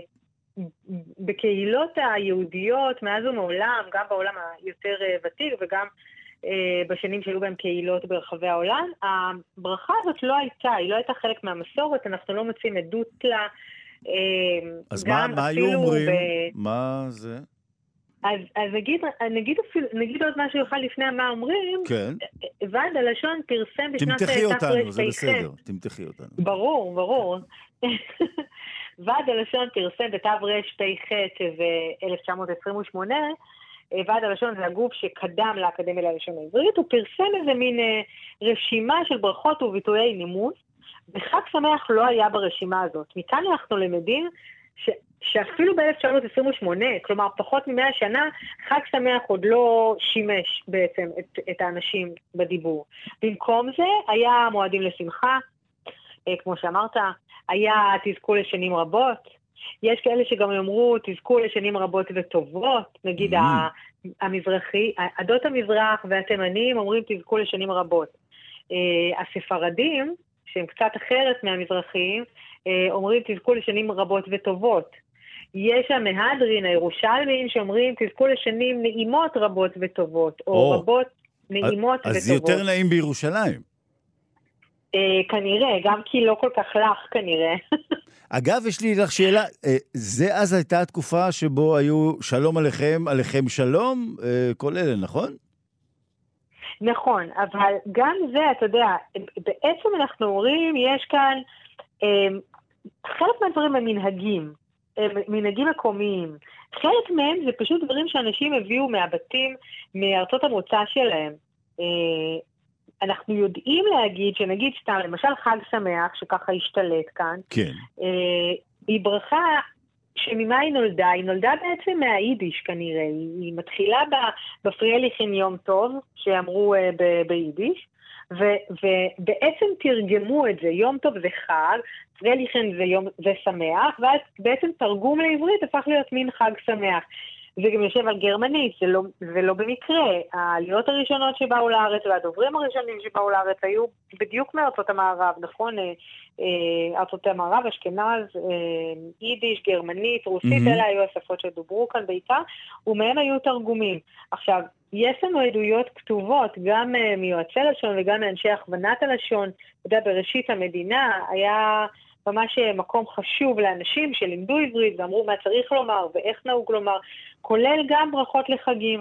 בקהילות היהודיות מאז ומעולם, גם בעולם היותר ותיק וגם בשנים שהיו בהם קהילות ברחבי העולם, הברכה הזאת לא הייתה, היא לא הייתה חלק מהמסורת, אנחנו לא מוצאים עדות לה. אז מה, מה היו אומרים? ב... מה זה? אז, אז נגיד, נגיד, אפילו, נגיד עוד משהו אחד לפני מה אומרים, כן. ועד הלשון פרסם בשנת... תמתחי אותנו, זה בסדר, תמתחי אותנו. ברור, ברור. ועד הלשון פרסם בתו רש פי ח' שזה אלף תשע מאות עשרים ושמונה, ועד הלשון זה הגוף שקדם לאקדמיה ללשון העברית, הוא פרסם איזה מין רשימה של ברכות וביטויי נימוס, וחג שמח לא היה ברשימה הזאת. מכאן אנחנו למדים ש, שאפילו ב-אלף תשע מאות עשרים ושמונה, כלומר פחות ממאה שנה, חג שמח עוד לא שימש בעצם את, את האנשים בדיבור. במקום זה היה מועדים לשמחה, כמו שאמרת, היה תזכו לשנים רבות, יש כאלה שגם יאמרו, תזכו לשנים רבות וטובות, נגיד mm. המזרחי, עדות המזרח והתימנים אומרים תזכו לשנים רבות. הספרדים, שהם קצת אחרת מהמזרחים, אומרים תזכו לשנים רבות וטובות. יש המהדרין, הירושלמים, שאומרים תזכו לשנים נעימות רבות וטובות, או oh. רבות נעימות אז וטובות. אז יותר נעים בירושלים. כנראה, גם כי לא כל כך לך כנראה. אגב, יש לי לך שאלה, זה אז הייתה התקופה שבו היו שלום עליכם, עליכם שלום, כל אלה, נכון? נכון, אבל גם זה, אתה יודע, בעצם אנחנו אומרים, יש כאן, חלק מהדברים הם מנהגים, מנהגים מקומיים. חלק מהם זה פשוט דברים שאנשים הביאו מהבתים, מארצות המוצא שלהם. אנחנו יודעים להגיד, שנגיד סתם, למשל חג שמח, שככה השתלט כאן, כן. היא ברכה שממה היא נולדה? היא נולדה בעצם מהיידיש כנראה, היא מתחילה בפריאליכין יום טוב, שאמרו ביידיש, ובעצם תרגמו את זה, יום טוב זה חג, פריאליכין זה יום, זה שמח, ואז בעצם תרגום לעברית הפך להיות מין חג שמח. זה גם יושב על גרמנית, זה לא, זה לא במקרה. העליות הראשונות שבאו לארץ והדוברים הראשונים שבאו לארץ היו בדיוק מארצות המערב, נכון? ארצות המערב, אשכנז, יידיש, גרמנית, רוסית, mm-hmm. אלה היו השפות שדוברו כאן בעיקר, ומהם היו תרגומים. עכשיו, יש לנו עדויות כתובות, גם מיועצי לשון וגם מאנשי הכוונת הלשון, אתה יודע, בראשית המדינה היה ממש מקום חשוב לאנשים שלימדו עברית ואמרו מה צריך לומר ואיך נהוג לומר, כולל גם ברכות לחגים.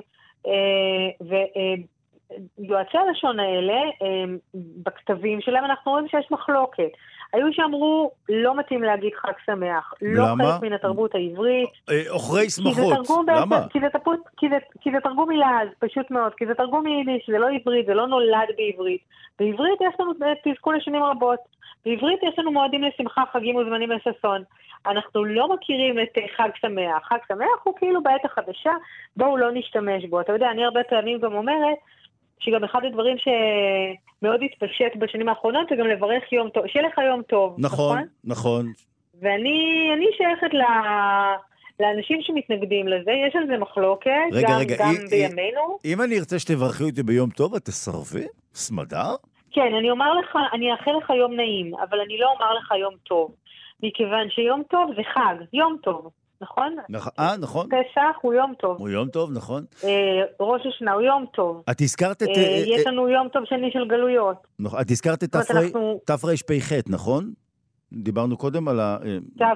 ויועצי הלשון האלה, בכתבים שלהם אנחנו רואים שיש מחלוקת. היו שאמרו, לא מתאים להגיד חג שמח. לא חלק מן התרבות העברית. אוכרי שמחות. למה? כי זה, תרבות, כי, זה, כי זה תרגום מלעז, פשוט מאוד. כי זה תרגום מיידיש, זה לא עברית, זה לא נולד בעברית. בעברית יש לנו תזכו לשנים רבות. בעברית יש לנו מועדים לשמחה, חגים וזמנים לששון. אנחנו לא מכירים את חג שמח. חג שמח הוא כאילו בעת החדשה, בואו לא נשתמש בו. אתה יודע, אני הרבה פעמים גם אומרת, שגם אחד הדברים שמאוד התפשט בשנים האחרונות, זה גם לברך יום טוב, שיהיה לך יום טוב. נכון, נכון. נכון. ואני אני שייכת ל... לאנשים שמתנגדים לזה, יש על זה מחלוקת, רגע, גם, רגע, גם אי, בימינו. אם אני ארצה שתברכי אותי ביום טוב, את תסרבי? סמדר? כן, אני אומר לך, אני אאחל לך יום נעים, אבל אני לא אומר לך יום טוב. מכיוון שיום טוב זה חג, יום טוב. נכון? אה, נכון. פסח הוא יום טוב. הוא יום טוב, נכון. ראש השנה הוא יום טוב. את הזכרת את... יש לנו יום טוב שני של גלויות. נכון, את הזכרת את תרפ"ח, נכון? דיברנו קודם על ה...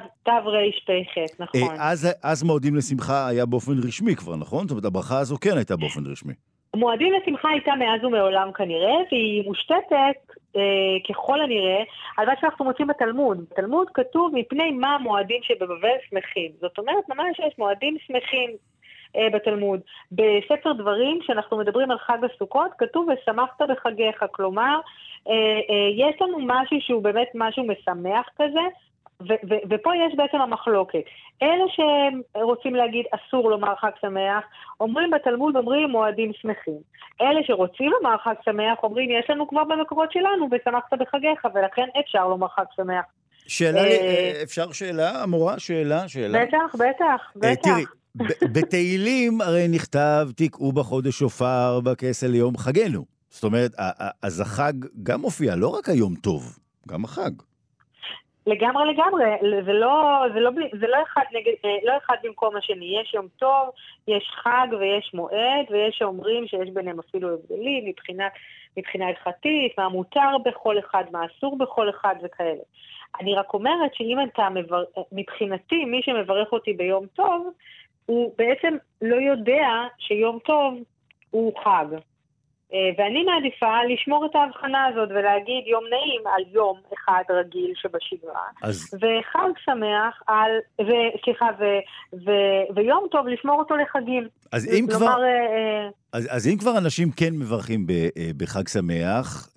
תרפ"ח, נכון. אז מועדים לשמחה היה באופן רשמי כבר, נכון? זאת אומרת, הברכה הזו כן הייתה באופן רשמי. מועדים לשמחה הייתה מאז ומעולם כנראה, והיא מושתתת אה, ככל הנראה על מה שאנחנו מוצאים בתלמוד. בתלמוד כתוב מפני מה המועדים שבבבל שמחים. זאת אומרת, ממש יש מועדים שמחים אה, בתלמוד. בספר דברים, שאנחנו מדברים על חג הסוכות, כתוב ושמחת בחגיך. כלומר, אה, אה, יש לנו משהו שהוא באמת משהו משמח כזה, ו- ו- ופה יש בעצם המחלוקת. אלה שרוצים להגיד אסור לומר חג שמח, אומרים בתלמוד, אומרים מועדים שמחים. אלה שרוצים לומר חג שמח, אומרים יש לנו כבר במקורות שלנו, ושמחת בחגיך, ולכן אפשר לומר חג שמח. שאלה, אפשר שאלה, אמורה? שאלה, שאלה. בטח, בטח, בטח. תראי, בתהילים הרי נכתב, תקעו בחודש שופר בכסל ליום חגנו. זאת אומרת, אז החג גם מופיע, לא רק היום טוב, גם החג. לגמרי לגמרי, זה לא, זה לא, זה לא אחד נגד, לא אחד במקום השני. יש יום טוב, יש חג ויש מועד, ויש שאומרים שיש ביניהם אפילו הבדלים מבחינה, מבחינה הלכתית, מה מותר בכל אחד, מה אסור בכל אחד וכאלה. אני רק אומרת שאם אתה מבר... מבחינתי, מי שמברך אותי ביום טוב, הוא בעצם לא יודע שיום טוב הוא חג. ואני מעדיפה לשמור את ההבחנה הזאת ולהגיד יום נעים על יום אחד רגיל שבשגרה, אז... וחג שמח על, ו... סליחה, ו... ו... ויום טוב לשמור אותו לחגים. אז אם כבר, לומר, אז, אז אם כבר אנשים כן מברכים בחג שמח,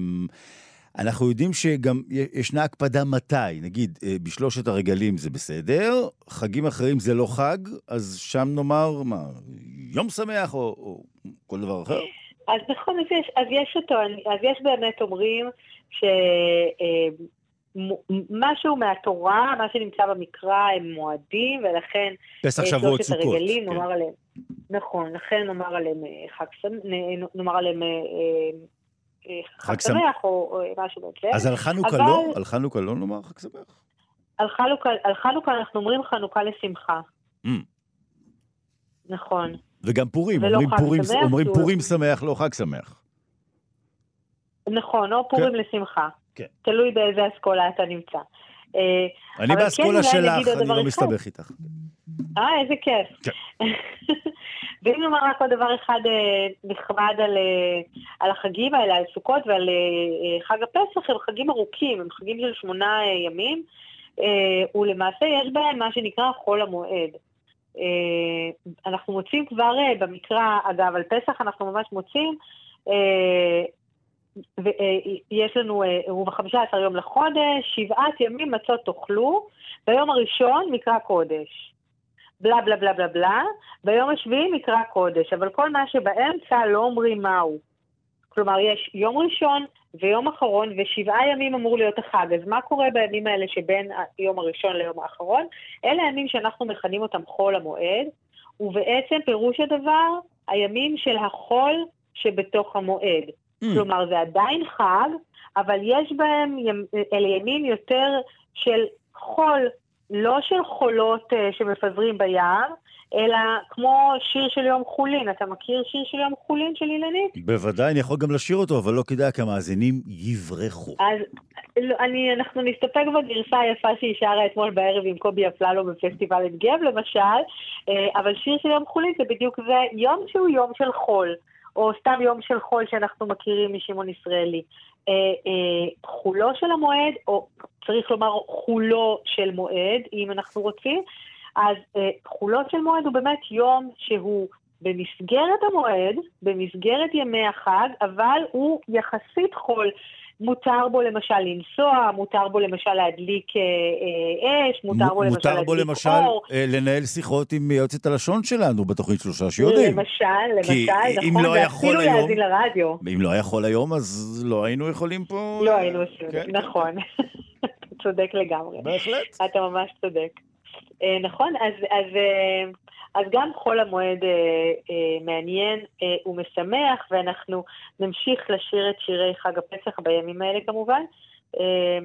אנחנו יודעים שגם ישנה הקפדה מתי, נגיד בשלושת הרגלים זה בסדר, חגים אחרים זה לא חג, אז שם נאמר מה, יום שמח או, או כל דבר אחר? אז נכון, אז יש, אז יש אותו, אז יש באמת אומרים שמשהו מהתורה, מה שנמצא במקרא הם מועדים, ולכן פסח שבועות סוכות. הרגלים, נאמר עליהם, נכון, לכן נאמר עליהם חג שמח, נאמר עליהם חג שמח או משהו בזה. אז על חנוכה לא? על חנוכה לא נאמר חג שמח? על חנוכה אנחנו אומרים חנוכה לשמחה. נכון. וגם פורים, אומרים פורים, אומרים פורים שמח, לא חג שמח. נכון, או פורים לשמחה. תלוי באיזה אסכולה אתה נמצא. אני באסכולה שלך, אני לא מסתבך איתך. אה, איזה כיף. ואם נאמר רק עוד דבר אחד נחמד על החגים האלה, על סוכות ועל חג הפסח, הם חגים ארוכים, הם חגים של שמונה ימים, ולמעשה יש בהם מה שנקרא חול המועד. אנחנו מוצאים כבר במקרא, אגב, על פסח אנחנו ממש מוצאים, יש לנו, הוא ב-חמישה עשר יום לחודש, שבעת ימים מצות תאכלו, ביום הראשון מקרא קודש, בלה בלה בלה בלה בלה, ביום השביעי מקרא קודש, אבל כל מה שבאמצע לא אומרים מהו. כלומר, יש יום ראשון ויום אחרון, ושבעה ימים אמור להיות החג. אז מה קורה בימים האלה שבין היום הראשון ליום האחרון? אלה הימים שאנחנו מכנים אותם חול המועד, ובעצם פירוש הדבר, הימים של החול שבתוך המועד. Mm. כלומר, זה עדיין חג, אבל יש בהם, אלה ימים יותר של חול, לא של חולות uh, שמפזרים בים, אלא כמו שיר של יום חולין. אתה מכיר שיר של יום חולין של אילנית? בוודאי, אני יכול גם לשיר אותו, אבל לא כדאי כי המאזינים יברחו. אז אני, אנחנו נסתפק בגרסה היפה שהיא שרה אתמול בערב עם קובי אפללו בפסטיבל את גב למשל, אבל שיר של יום חולין זה בדיוק זה, יום שהוא יום של חול, או סתם יום של חול שאנחנו מכירים משמעון ישראלי. חולו של המועד, או צריך לומר חולו של מועד, אם אנחנו רוצים, אז חולות של מועד הוא באמת יום שהוא במסגרת המועד, במסגרת ימי החג, אבל הוא יחסית חול. מותר בו למשל לנסוע, מותר בו למשל להדליק אש, מותר בו למשל מותר להדליק בו למשל אור. לנהל שיחות עם יועצת הלשון שלנו בתוכנית שלושה שיודעים. למשל, למשל, נכון, ואפילו להאזין לרדיו. אם לא יכול היום, אז לא היינו יכולים פה... לא היינו יכולים, נכון. אתה צודק לגמרי. בהחלט. אתה ממש צודק. נכון, אז, אז, אז גם חול המועד מעניין ומשמח, ואנחנו נמשיך לשיר את שירי חג הפסח בימים האלה כמובן.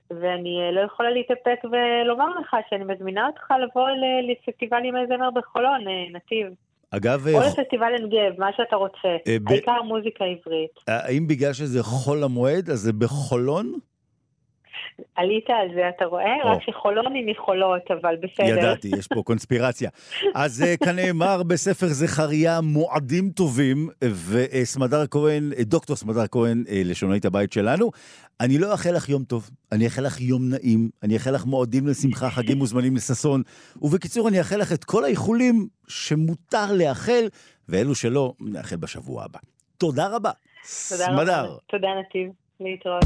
ואני לא יכולה להתאפק ולומר לך שאני מזמינה אותך לבוא לפסטיבל ימי זמר בחולון, נתיב. אגב... או לפסטיבל אנגב, מה שאתה רוצה. העיקר מוזיקה עברית. האם בגלל שזה חול המועד, אז זה בחולון? עלית על זה, אתה רואה? רק שחולון היא מחולות, אבל בסדר. ידעתי, יש פה קונספירציה. אז כנאמר בספר זכריה מועדים טובים, וסמדר כהן, דוקטור סמדר כהן, לשונאית הבית שלנו, אני לא אאחל לך יום טוב, אני אאחל לך יום נעים, אני אאחל לך מועדים לשמחה, חגים מוזמנים לששון, ובקיצור אני אאחל לך את כל האיחולים שמותר לאחל, ואלו שלא, נאחל בשבוע הבא. תודה רבה. תודה סמדר. רבה. תודה נתיב. להתראות.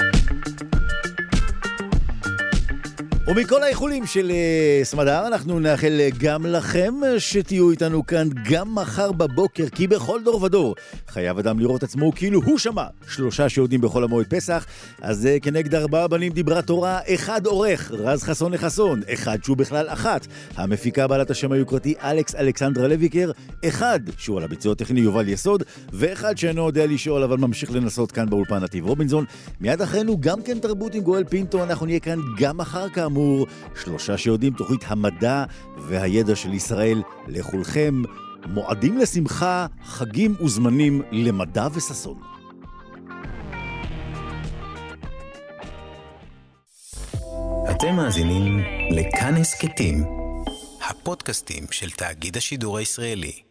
ומכל האיחולים של סמדר, אנחנו נאחל גם לכם שתהיו איתנו כאן גם מחר בבוקר, כי בכל דור ודור חייב אדם לראות עצמו כאילו הוא שמע שלושה שיודעים בכל המועד פסח. אז כנגד ארבעה בנים דיברה תורה, אחד עורך, רז חסון לחסון, אחד שהוא בכלל אחת, המפיקה בעלת השם היוקרתי אלכס אלכסנדרה לויקר, אחד שהוא על הביצוע הטכני יובל יסוד, ואחד שאינו יודע לשאול אבל ממשיך לנסות כאן באולפן נתיב רובינזון. מיד אחרינו גם כן תרבות עם גואל פינטו, אנחנו נהיה כאן גם מחר כאמור. שלושה שיודעים תוכנית המדע והידע של ישראל לכולכם. מועדים לשמחה, חגים וזמנים למדע וששון. אתם מאזינים לכאן הסכתים, הפודקאסטים של תאגיד השידור הישראלי.